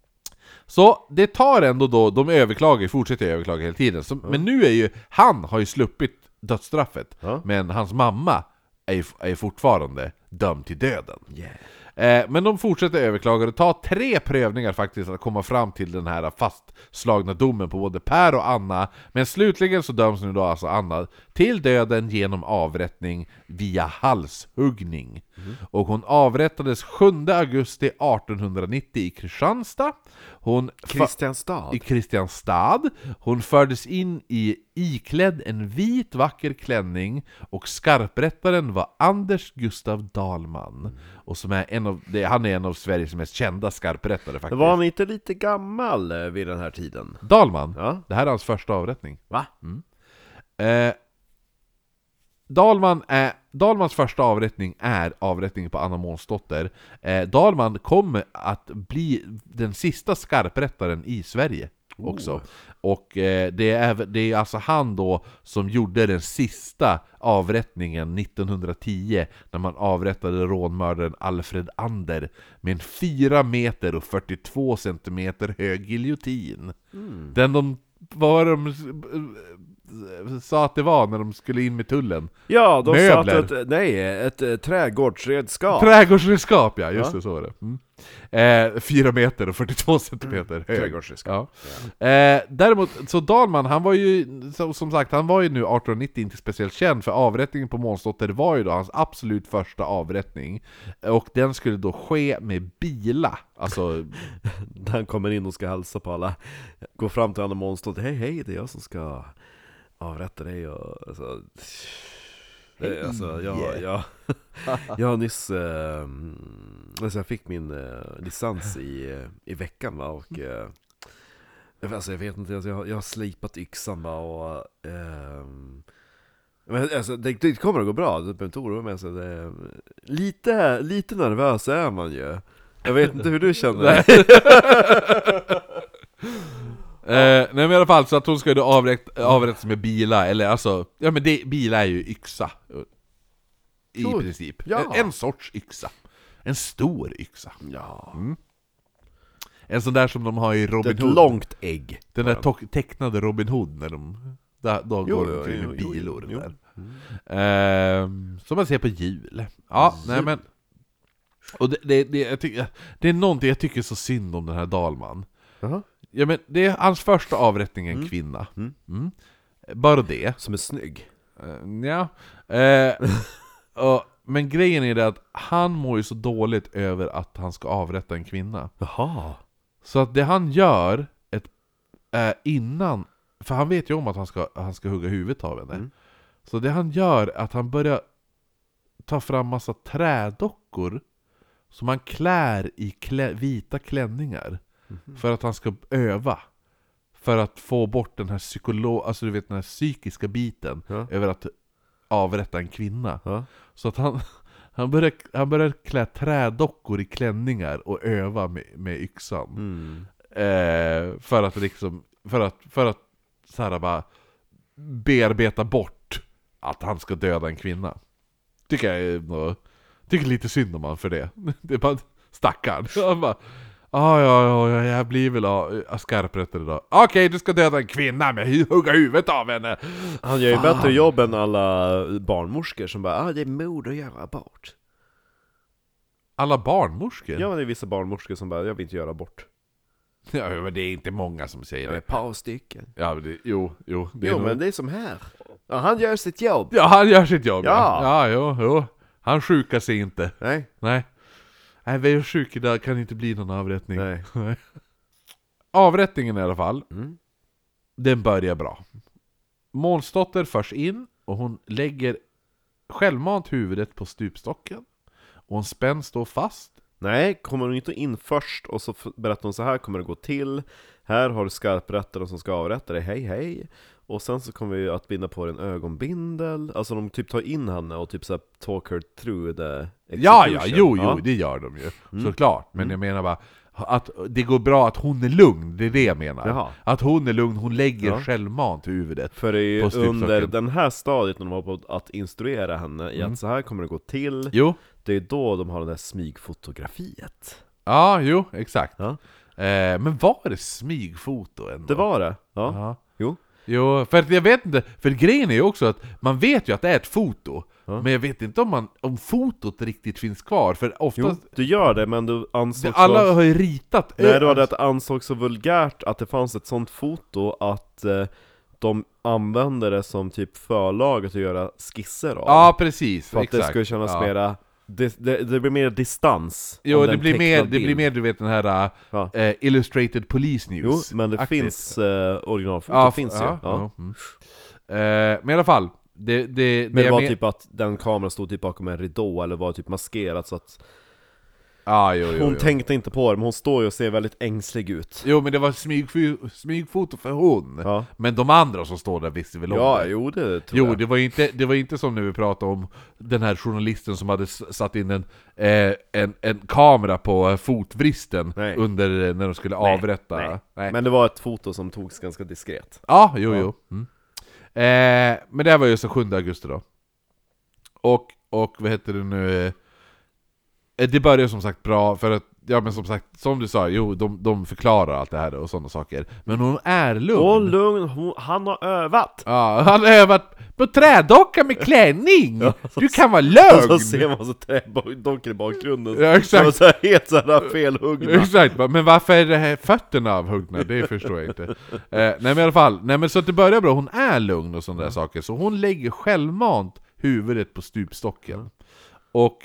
Så det tar ändå då, de överklagar, fortsätter överklaga hela tiden. Så, mm. Men nu är ju, han har ju sluppit dödsstraffet. Mm. Men hans mamma är ju, är fortfarande dömd till döden. Yeah. Eh, men de fortsätter överklaga. Det tar tre prövningar faktiskt att komma fram till den här fastslagna domen på både Per och Anna. Men slutligen så döms nu då alltså Anna till döden genom avrättning via halshuggning. Mm. Och hon avrättades sjunde augusti artonhundranittio i Kristianstad. Hon Kristianstad. I Kristianstad. Hon fördes in i iklädd en vit vacker klänning och skarprättaren var Anders Gustav Dahlman. Mm. Och som är en av, det, han är en av Sveriges mest kända skarprättare faktiskt. Var han inte lite gammal vid den här tiden? Dahlman? Ja. Det här är hans första avrättning. Va? Mm. Eh, Dahlman är, Dahlmans första avrättning är avrättningen på Anna Månsdotter. Eh, Dahlman kommer att bli den sista skarprättaren i Sverige också. Oh. Och eh, det, är, det är alltså han då som gjorde den sista avrättningen nittonhundratio när man avrättade rånmördaren Alfred Ander med en fyra meter och fyrtiotvå centimeter hög giljotin. Mm. Den de var de sa att det var när de skulle in med tullen. Ja, de Möbler. sa att ett, nej, ett, ett trädgårdsredskap. Trädgårdsredskap, ja, just ja. det, så var det. Mm. Eh, fyra meter och fyrtiotvå centimeter mm. hög. Trädgårdsredskap. Ja. Eh, däremot, så Dahlman, han var ju, så, som sagt, han var ju nu artonhundranittio inte speciellt känd, för avrättningen på Månsdotter var ju då hans absolut första avrättning. Och den skulle då ske med bila. Alltså... Han kommer in och ska hälsa på alla. Går fram till Anna Månsdotter. Hej, hej, det är jag som ska avrätta dig. Och, alltså... Hey. Alltså, jag, jag, jag har nyss eh, alltså jag fick min eh, licens i, i veckan, va? Och eh, alltså jag vet inte, alltså jag, jag har slipat yxan, va? Och eh, men, alltså, det, det kommer att gå bra, det behöver inte oroa mig, alltså, det, lite, lite nervös är man ju. Jag vet inte hur du känner. Eh, nej men i alla fall, så att hon ska då avrätt, avrättas med bila, eller alltså, ja men det, bila är ju yxa i cool. princip, ja. en, en sorts yxa, en stor yxa, ja. Mm. En sån där som de har i Robin Hood. Hood. Ett långt ägg. Den där to- tecknade Robin Hood när de, där, då jo, går de jo, till jo, med jo, bilor jo, där. Mm. Eh, som man ser på jul. Ja, jul. nej men, och det, det, det, jag tycker, det är någonting jag tycker så synd om den här Dahlman. Uh-huh. Ja, men det är hans första avrättning, en mm. kvinna. Mm. Mm. Bara det. Som är snygg. Uh, ja. Uh, uh, men grejen är det att han mår ju så dåligt över att han ska avrätta en kvinna. Jaha. Så att det han gör ett, uh, innan, för han vet ju om att han ska, han ska hugga huvudet av henne. Mm. Så det han gör är att han börjar ta fram massa trädockor som han klär i klä, vita klänningar. Mm-hmm. För att han ska öva. För att få bort den här psykolog, alltså du vet den här psykiska biten, ja. Över att avrätta en kvinna. Ja. Så att han han börjar, han börjar klä trädockor i klänningar och öva med, med yxan. Mm. Eh, för att liksom för att för att så här bara bearbeta bort att han ska döda en kvinna. Tycker jag är något. Tycker lite synd om han för det. Det är bara stackarn. Han bara, ah, ja, ja, ja, jag blir väl av skarprätter idag. Okej, okay, du ska döda en kvinna med hugga huvudet av henne. Han gör ju Fan. bättre jobb än alla barnmorskor som bara, ah, det är mord att göra abort. Alla barnmorskor? Ja, men det är vissa barnmorskor som bara, jag vill inte göra abort. Ja, men det är inte många som säger det. Det är ett par stycken. Ja, men det, jo, jo. Det jo, är men nog... det är som här. Ja, han gör sitt jobb. Ja, han gör sitt jobb. Ja, ja, jo, jo. Han sjukar sig inte. Nej. Nej. Nej, vi är sjuk idag, kan inte bli någon avrättning. Nej. Avrättningen i alla fall. Mm. Den börjar bra. Månsdotter förs in och hon lägger självmant huvudet på stupstocken. Och hon spänns då fast. Nej, kommer hon inte in först och så berättar hon så här kommer det gå till. Här har du skarprättare som ska avrätta dig, hej hej. Och sen så kommer vi att binda på en ögonbindel. Alltså de typ tar in henne och typ så här talk her through the execution. Ja, ja, jo, jo, ja. det gör de ju, mm. såklart. Men mm. jag menar bara att det går bra att hon är lugn, det är det jag menar. Jaha. Att hon är lugn, hon lägger ja. självmant huvudet. För det är ju under den här stadiet när de har på att instruera henne i mm. att så här kommer det gå till. Jo. Det är då de har det där smygfotografiet. Ja, jo, exakt. Ja. Eh, men var det smygfoto ändå? Det var det, ja. ja. Jo. Jo, för att jag vet inte, för grejen är ju också att man vet ju att det är ett foto. Ja. Men jag vet inte om, man, om fotot riktigt finns kvar, för oftast... Jo, du gör det, men du ansåg så... Alla har ju ritat... Nej, det var det att det ansåg så vulgärt att det fanns ett sånt foto att eh, de använde det som typ förlag att göra skisser av. Ja, precis. För att exakt. det skulle kännas ja. mera... Det, det, det blir mer distans. Jo, det blir, mer, det blir mer, du vet, den här ja. uh, Illustrated Police News. Jo, men det aktigt. finns uh, originalfoto, ja, det finns ja, ju. Ja. Ja. Mm. Uh, men i alla fall, det, det, det men det var med... typ att den kameran stod typ bakom en ridå eller var typ maskerad så att ah, jo, jo, hon jo. tänkte inte på det, men hon står ju och ser väldigt ängslig ut. Jo, men det var smygf- smygfoto för hon. Ja. Men de andra som står där visste väl om Ja, det. jo det tror Jo, jag. det var ju inte, det var inte som när vi pratade om den här journalisten som hade s- satt in en, eh, en, en kamera på fotvristen Nej. under eh, när de skulle Nej, avrätta. nej. Nej. Men det var ett foto som togs ganska diskret. Ja, jo, Ja. jo. Mm. Eh, men det här var ju så sjunde augusti då. Och, och vad heter det nu? Eh, det börjar som sagt bra, för att, ja men som sagt, som du sa, jo, de, de förklarar allt det här och sådana saker. Men hon är lugn. Åh, lugn, hon, han har övat! Ja, han har övat på trädocka med klänning! Ja, du kan vara Och lugn! så ser man så trädockor i bakgrunden. Ja, exakt. Så här, helt sådär felhuggna. Exakt, men varför är det här fötterna avhuggna? Det förstår jag inte. Eh, nej men i alla fall, nej men så att det börjar bra, hon är lugn och sådana där saker. Så hon lägger självmant huvudet på stupstocken. Mm. Och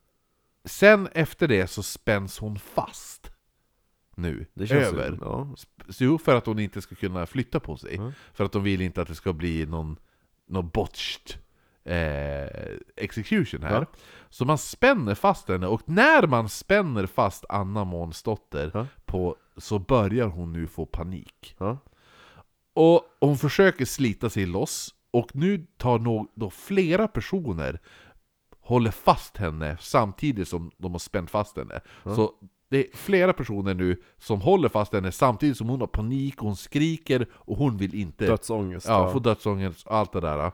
sen efter det så spänns hon fast. Nu, Det känns över. Ju, ja. Jo, för att hon inte ska kunna flytta på sig. Mm. För att de vill inte att det ska bli någon, någon botched eh, execution här. Ja. Så man spänner fast henne, och när man spänner fast Anna Månsdotter Ja. på, så börjar hon nu få panik. Ja. Och hon försöker slita sig loss, och nu tar nog då flera personer håller fast henne samtidigt som de har spänt fast henne. Ja. Så det är flera personer nu som håller fast henne samtidigt som hon har panik, och hon skriker och hon vill inte... Dödsångest. Ja, få dödsångest och allt det där.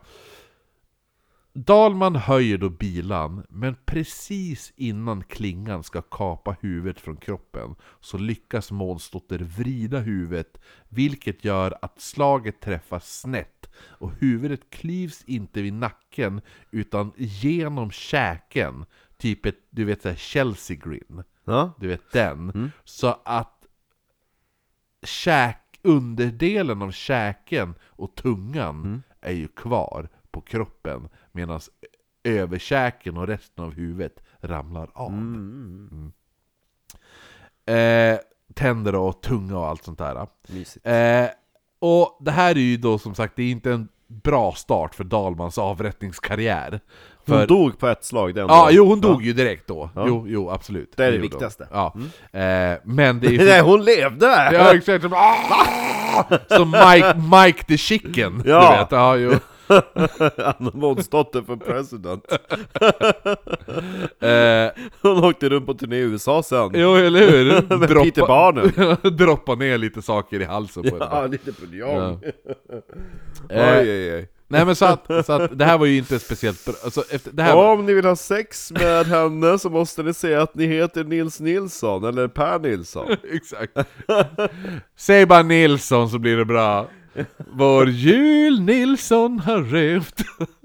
Dahlman höjer då bilan, men precis innan klingan ska kapa huvudet från kroppen så lyckas Månsdotter vrida huvudet, vilket gör att slaget träffar snett och huvudet klyvs inte vid nacken utan genom käken, typ ett, du vet, så här Chelsea grin. Ja. Du vet den. Mm. Så att käk, underdelen av käken och tungan Mm. är ju kvar på kroppen, medan överkäken och resten av huvudet ramlar av. Mm. Mm. Eh, tänder och tunga och allt sånt där. Mysigt. Eh, och det här är ju då som sagt, det är inte en bra start för Dahlmans avrättningskarriär. Hon För... dog på ett slag, den Ja, dagen. jo, hon dog Ja. ju direkt då. Ja. Jo, jo, absolut. Det är det gjorde viktigaste. hon. Ja. Mm. Eh, men det är ju... Nej, hon levde! Ja, exakt. Som, ah! Som Mike, Mike the Chicken, Ja. du vet. Ja, jo. Anna Månsdotter för president. Eh, Hon åkte runt på turné i U S A sen. jo, eller hur? Med Peter Barnum. Droppa ner lite saker i halsen på henne. Ja, lite buljong. Ja. Oj, Eh, oj, oj. Nej men så att, så att det här var ju inte speciellt bra. Alltså, efter, det här var... Om ni vill ha sex med henne så måste ni säga att ni heter Nils Nilsson eller Per Nilsson. Exakt. Säg bara Nilsson så blir det bra. Vår jul Nilsson har rövt.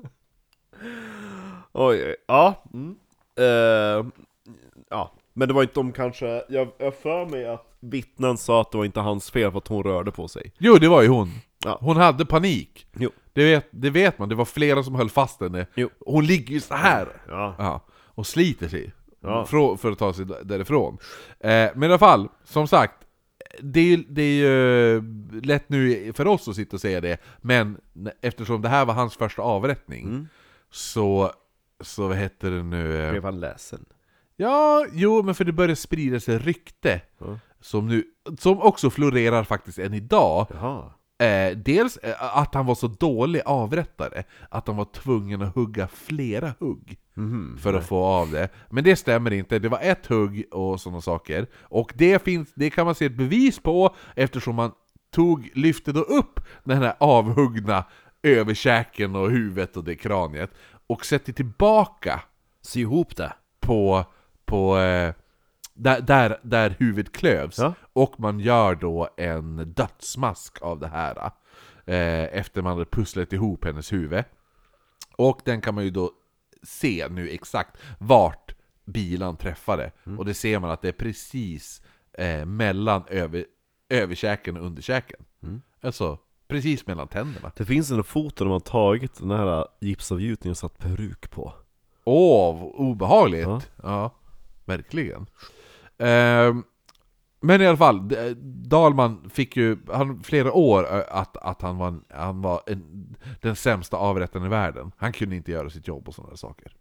Oj, ja. Mm. Uh, ja. Men det var inte de kanske, jag, jag för mig att vittnen sa att det var inte hans fel för att hon rörde på sig. Jo, det var ju hon. Ja. Hon hade panik. Jo. Det vet, det vet man, det var flera som höll fast henne. Jo. Hon ligger ju så här. Ja. Ja, och sliter sig Ja. för, för att ta sig därifrån. Eh, men i alla fall, som sagt, det, det är ju lätt nu för oss att sitta och säga det, men eftersom det här var hans första avrättning, Mm. så, så vad heter det nu? Eh, Blev han ledsen? ja, jo, men för det börjar sprida sig rykte Ja. som, nu, som också florerar faktiskt än idag. Jaha. Eh, dels eh, att han var så dålig avrättare att han var tvungen att hugga flera hugg Mhm. för att få av det. Men det stämmer inte, det var ett hugg och sådana saker. Och det, finns, det kan man se ett bevis på eftersom man tog, lyfte då upp den här avhuggna överkäken och huvudet och det kraniet och sätter tillbaka Sy ihop det. på, på eh, där, där, där huvudet klövs. Ja. Och man gör då en dödsmask av det här eh, efter man hade pusslat ihop hennes huvud. Och den kan man ju då se nu exakt vart bilan träffade. Mm. Och det ser man att det är precis eh, mellan över, överkäken och underkäken. Mm. Alltså precis mellan tänderna. Det finns en foto där man tagit den här gipsavgjutningen och satt peruk på. Åh, obehagligt. Ja. Ja, verkligen. Ehm, men i alla fall, D- Dahlman fick ju han, flera år ö, att, att han var, han var en, den sämsta avrättaren i världen. Han kunde inte göra sitt jobb och sådana saker.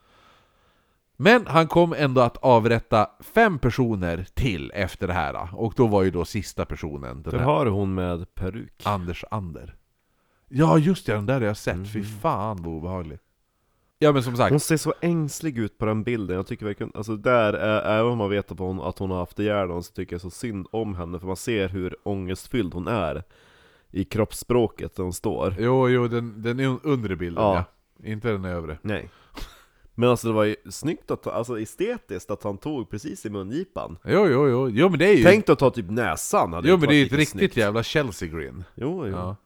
Men han kom ändå att avrätta fem personer till efter det här. Och då var ju då sista personen den Där här har hon med peruk. Anders Ander. Ja, just det, den där har jag sett. Mm. Fy fan vad obehagligt. Ja, men som sagt. Hon ser så ängslig ut på den bilden. Jag tycker verkligen, alltså där, är, även om man vet att hon, att hon har haft ihjäl någon, så tycker jag så synd om henne. För man ser hur ångestfylld hon är i kroppsspråket där hon står. Jo, jo, den, den är undre bilden, ja. Ja. Inte den övre. Nej. Men alltså det var ju snyggt, att, alltså estetiskt, att han tog precis i mungipan. Jo, jo, jo. Jo, men det är ju... Tänk att ta typ näsan, hade jo, inte men det är ju varit ett lika riktigt snyggt. jävla Chelsea grin. Jo, jo. Ja.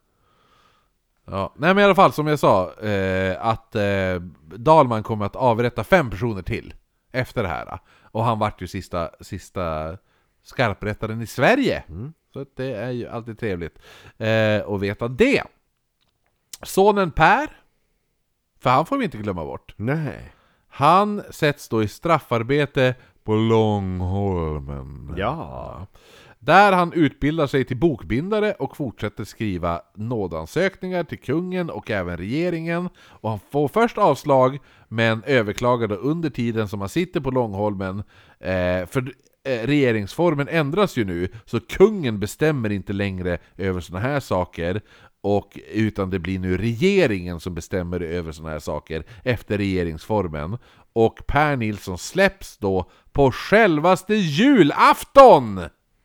Ja. Nej, men i alla fall, som jag sa, eh, att eh, Dahlman kommer att avrätta fem personer till efter det här. Och han vart ju sista, sista skarprättaren i Sverige. Mm. Så att det är ju alltid trevligt eh, att veta det. Sonen Per, för han får vi inte glömma bort. Nej. Han sätts då i straffarbete på Långholmen. Ja. Där han utbildar sig till bokbindare och fortsätter skriva nådansökningar till kungen och även regeringen. Och han får först avslag, men överklagade under tiden som han sitter på Långholmen. Eh, för eh, regeringsformen ändras ju nu, så kungen bestämmer inte längre över såna här saker. Och, utan det blir nu regeringen som bestämmer över såna här saker efter regeringsformen. Och Per Nilsson släpps då på självaste julafton!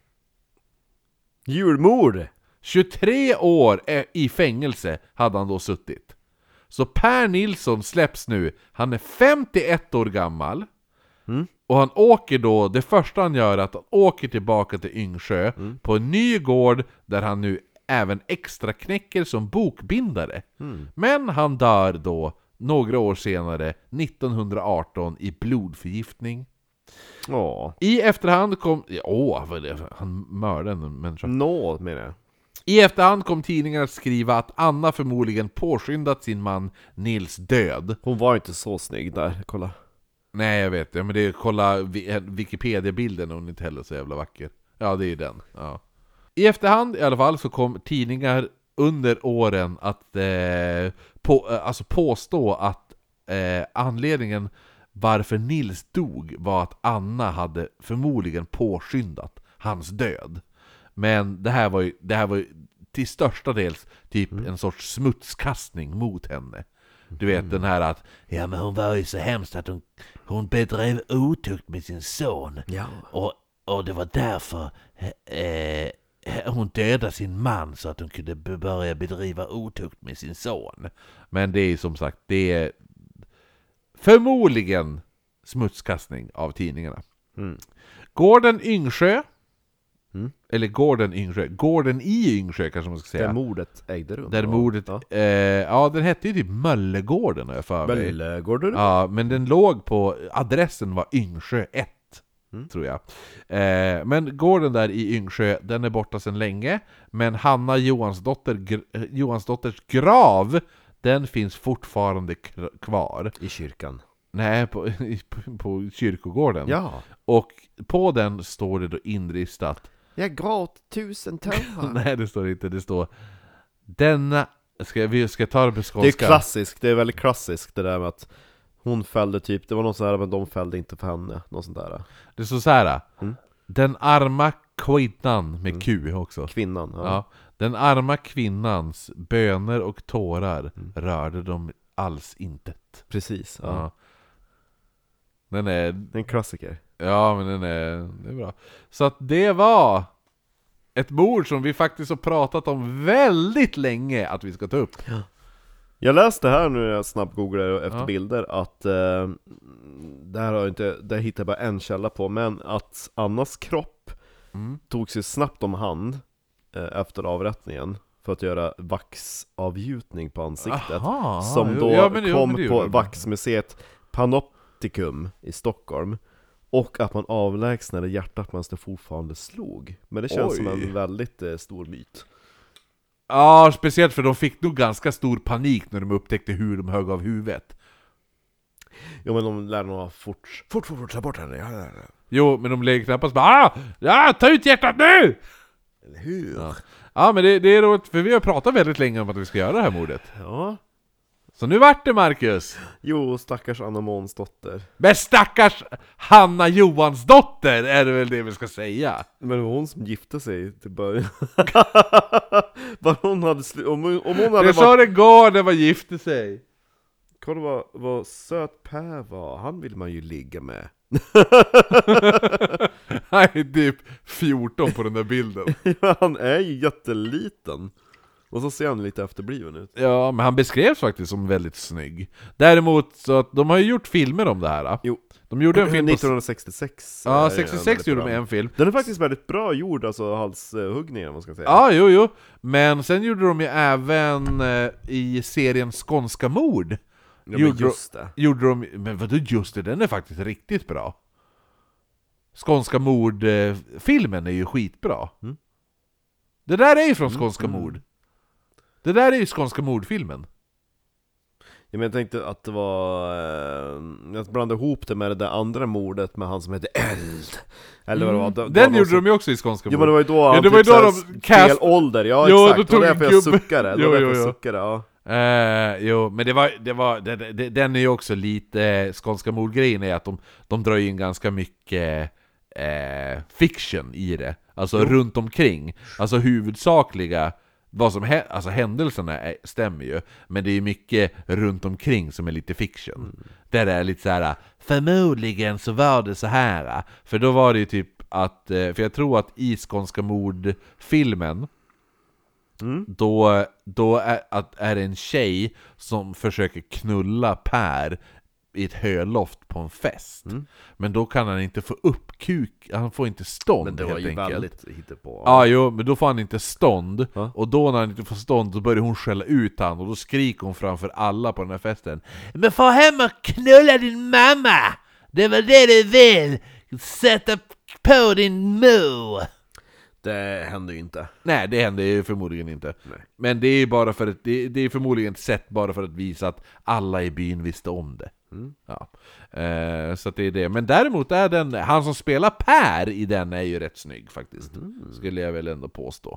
Julmord! tjugotre år i fängelse hade han då suttit. Så Per Nilsson släpps nu. Han är femtioett år gammal. Mm. Och han åker då, det första han gör är att han åker tillbaka till Yngsjö Mm. på en ny gård där han nu även extra knäcker som bokbindare. Mm. Men han dör då några år senare, nittonhundraarton, i blodförgiftning. Åh. I efterhand kom... Åh, vad är det? Han mördade en människa. Nå, menar jag. I efterhand kom tidningar att skriva att Anna förmodligen påskyndat sin man Nils död. Hon var inte så snygg där, kolla. Nej, jag vet det. Men det är, kolla Wikipedia-bilden, och hon är inte heller så jävla vacker. Ja, det är den. Ja. I efterhand i alla fall så kom tidningar under åren att eh, på, eh, alltså påstå att eh, anledningen varför Nils dog var att Anna hade förmodligen påskyndat hans död. Men det här var ju, det här var ju till största dels typ Mm. en sorts smutskastning mot henne. Du vet den här att ja, men hon var ju så hemskt att hon, hon bedrev otukt med sin son. Ja. Och, och det var därför eh, hon dödade sin man så att hon kunde börja bedriva otukt med sin son. Men det är som sagt, det är förmodligen smutskastning av tidningarna. Mm. Gården Yngsjö, Mm. eller gården Yngsjö, gården i Yngsjö kanske man ska säga. Där mordet ägde rum. Där ja. mordet, Ja. eh, ja den hette ju typ Möllegården har jag för mig. Möllegården? Ja, men den låg på, adressen var Yngsjö ett, Mm. tror jag. Eh, men gården där i Yngsjö, den är borta sedan länge. Men Hanna Johansdotter, gr- Johansdotters grav, den finns fortfarande k- kvar. I kyrkan. Nej, på, på, på kyrkogården. Ja. Och på den står det då inristat. Jag gråt tusen tårar. Nej, det står inte, det står denna, ska vi ska ta det på skånska. Det är klassiskt, det är väldigt klassiskt det där med att hon fällde typ, det var något sånt här men de fällde inte för henne, något sånt där. Det står så här. Mm. Den arma kvinnan med Mm. Q också. Kvinnan, ja. Ja. Den arma kvinnans böner och tårar Mm. rörde dem alls intet. Precis, ja. Ja. Den är, Det är en klassiker. ja men den är, det är bra. Så att det var ett mord som vi faktiskt har pratat om väldigt länge att vi ska ta upp. Jag läste här nu när jag snabbgooglade efter Ja. bilder att eh, det här har jag inte, det hittar jag bara en källa på, men att Annas kropp Mm. togs ju snabbt om hand eh, efter avrättningen för att göra vaxavgjutning på ansiktet. Aha, som jo, då ja, men det- jo, kom men det på gjorde de. vaxmuseet Panopticum i Stockholm. Och att man avlägsnade hjärtat medan det fortfarande slog. Men det känns Oj. som en väldigt eh, stor myt. Ja, speciellt för de fick nog ganska stor panik när de upptäckte hur de högg av huvudet. Jo men de lär nog ha fort, fort, fort, fort, ta bort henne. Ja, ja, ja. Jo, men de lägger knappast bara ah, ja, ta ut hjärtat nu! Eller hur? Ja, ja men det, det är roligt, för vi har pratat väldigt länge om att vi ska göra det här mordet. Ja. Så nu vart det, Marcus. Jo, stackars Anna Måns dotter. Men stackars Hanna Johansdotter är det väl det vi ska säga. Men det var hon som gifte sig till början. Vad hon hade slu- om, hon- om hon hade Det varit... sa det går när man gifte sig. Kolla vad, vad söt Per var. Han vill man ju ligga med. Han är typ fjorton på den där bilden. Han är ju jätteliten. Och så ser han lite efterbliven ut. Ja, men han beskrevs faktiskt som väldigt snygg. Däremot så att de har ju gjort filmer om det här. Jo. De gjorde en film på... nittonhundrasextiosex. Ja, är sextiosex väldigt gjorde bra. de en film. Den är faktiskt väldigt bra gjord, alltså halshuggningen, vad ska jag säga. Ja, jo, jo. Men sen gjorde de ju även eh, i serien Skånska mord. Ja, men gjorde, just det. gjorde de... Men vadå just det? Den är faktiskt riktigt bra. Skånska mord-filmen är ju skitbra. Mm. Det där är ju från Mm, Skånska mm. mord. Det där är ju Skånska mord-filmen. Ja, men jag tänkte att det var... Eh, jag blandade ihop det med det där andra mordet med han som heter Eld. Eller vad det var. Det, det Den var gjorde någon de ju också i Skånska Jo mord. men det var ju då Ja, han det var ju typ då såhär de fel cast- ålder, ja Jo, exakt, då det var tog därför jag gubbe- suckade, det Jo, var jo, därför jag jo. suckade, ja. Eh, jo, men det var, det var, det, det, den är ju också lite, eh, Skånska mordgrejen är att de, de drar in ganska mycket eh, fiction i det. Alltså Jo. runt omkring. Alltså huvudsakliga, vad som hä- alltså händelserna är, stämmer ju, men det är mycket runt omkring som är lite fiction. Mm. Där det är lite så här: förmodligen så var det så här. För då var det ju typ att, eh, för jag tror att i Skånska mord-filmen Mm. Då, då är, att, är det en tjej som försöker knulla Per i ett höloft på en fest. Mm. Men då kan han inte få upp kuk, han får inte stånd Men det var helt ju enkelt. väldigt hittepå. Ja, jo, men då får han inte stånd. Ja. Och då när han inte får stånd, då börjar hon skälla ut han. Och då skriker hon framför alla på den här festen: men få hem och knulla din mamma! Det var det du vill! Sätta på din mor! Det hände ju inte. Nej, det händer ju förmodligen inte. Nej. Men det är bara för att, det, det är förmodligen ett sätt bara för att visa att alla i byn visste om det. Mm. Ja. Eh, så att det är det. Men däremot är den, han som spelar Per i den är ju rätt snygg faktiskt. Mm. Skulle jag väl ändå påstå.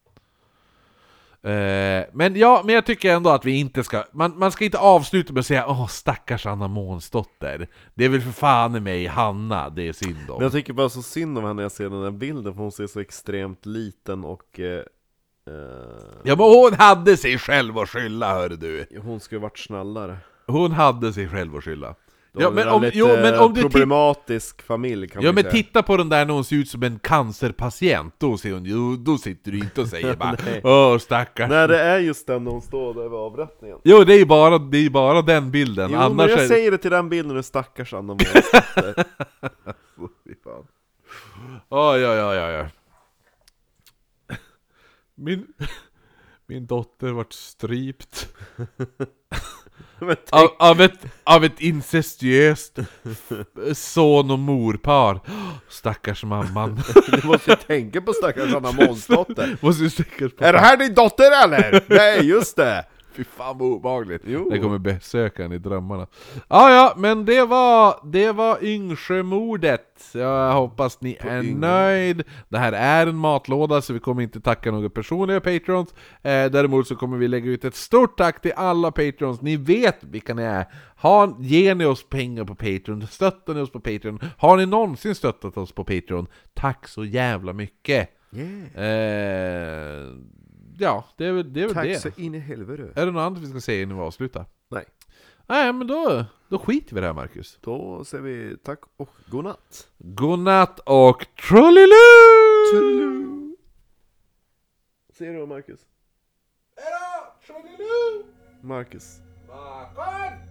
Eh, men ja, men jag tycker ändå att vi inte ska, man, man ska inte avsluta med att säga åh stackars Anna Månsdotter. Det är väl för fan i mig Hanna, det är synd om. Men jag tycker bara så synd om henne när jag ser den där bilden, för hon ser så extremt liten och... Eh, eh, Ja, men hon hade sig själv att skylla, hör du. hon skulle varit snällare. Hon hade sig själv att skylla. Då Ja, är men det om- lite jo, men om du ti- problematisk familj kan Ja man men säga. titta på den där när hon ser ut som en cancerpatient. Då ser hon ju, då sitter du inte och säger bara Nej. åh stackars. Nej, det är just den när hon står där vid avrättningen. Jo det är ju bara, det är ju bara den bilden. Jo, Annars men jag är... säger det till den bilden, är stackars Anna Månsdotter. Fy fan. Oj, oj, oj, oj, oj. Min, min dotter vart strypt Men av, tänk, av, ett, av ett incestuöst son- och morpar. Stackars mamman. du måste ju tänka på stackars Anna Månsdotter. Måste ju stackars på. Är det här din dotter eller? Nej, just det. Fy fan vad obehagligt. Jo. Jag kommer besöka henne i drömmarna. Ah, ja, men det var, det var Yngsjömordet. Jag hoppas ni är Yngve. nöjd. Det här är en matlåda så vi kommer inte tacka några personliga patrons. Eh, däremot så kommer vi lägga ut ett stort tack till alla patrons. Ni vet vilka ni är. Har, ger ni oss pengar på Patreon? Stöttar ni oss på Patreon? Har ni någonsin stöttat oss på Patreon? Tack så jävla mycket. Yeah. Eh, ja, det är väl det. Är väl Tack det. så in i helvete. Är det något annat vi ska säga innan vi avslutar? Nej. Nej, men då, då skiter vi i det här, Marcus. Då säger vi tack och godnatt. Godnatt och trolliloo! Toodaloo. Säger du Marcus? Hejdå, trolliloo! Marcus. Bakåt!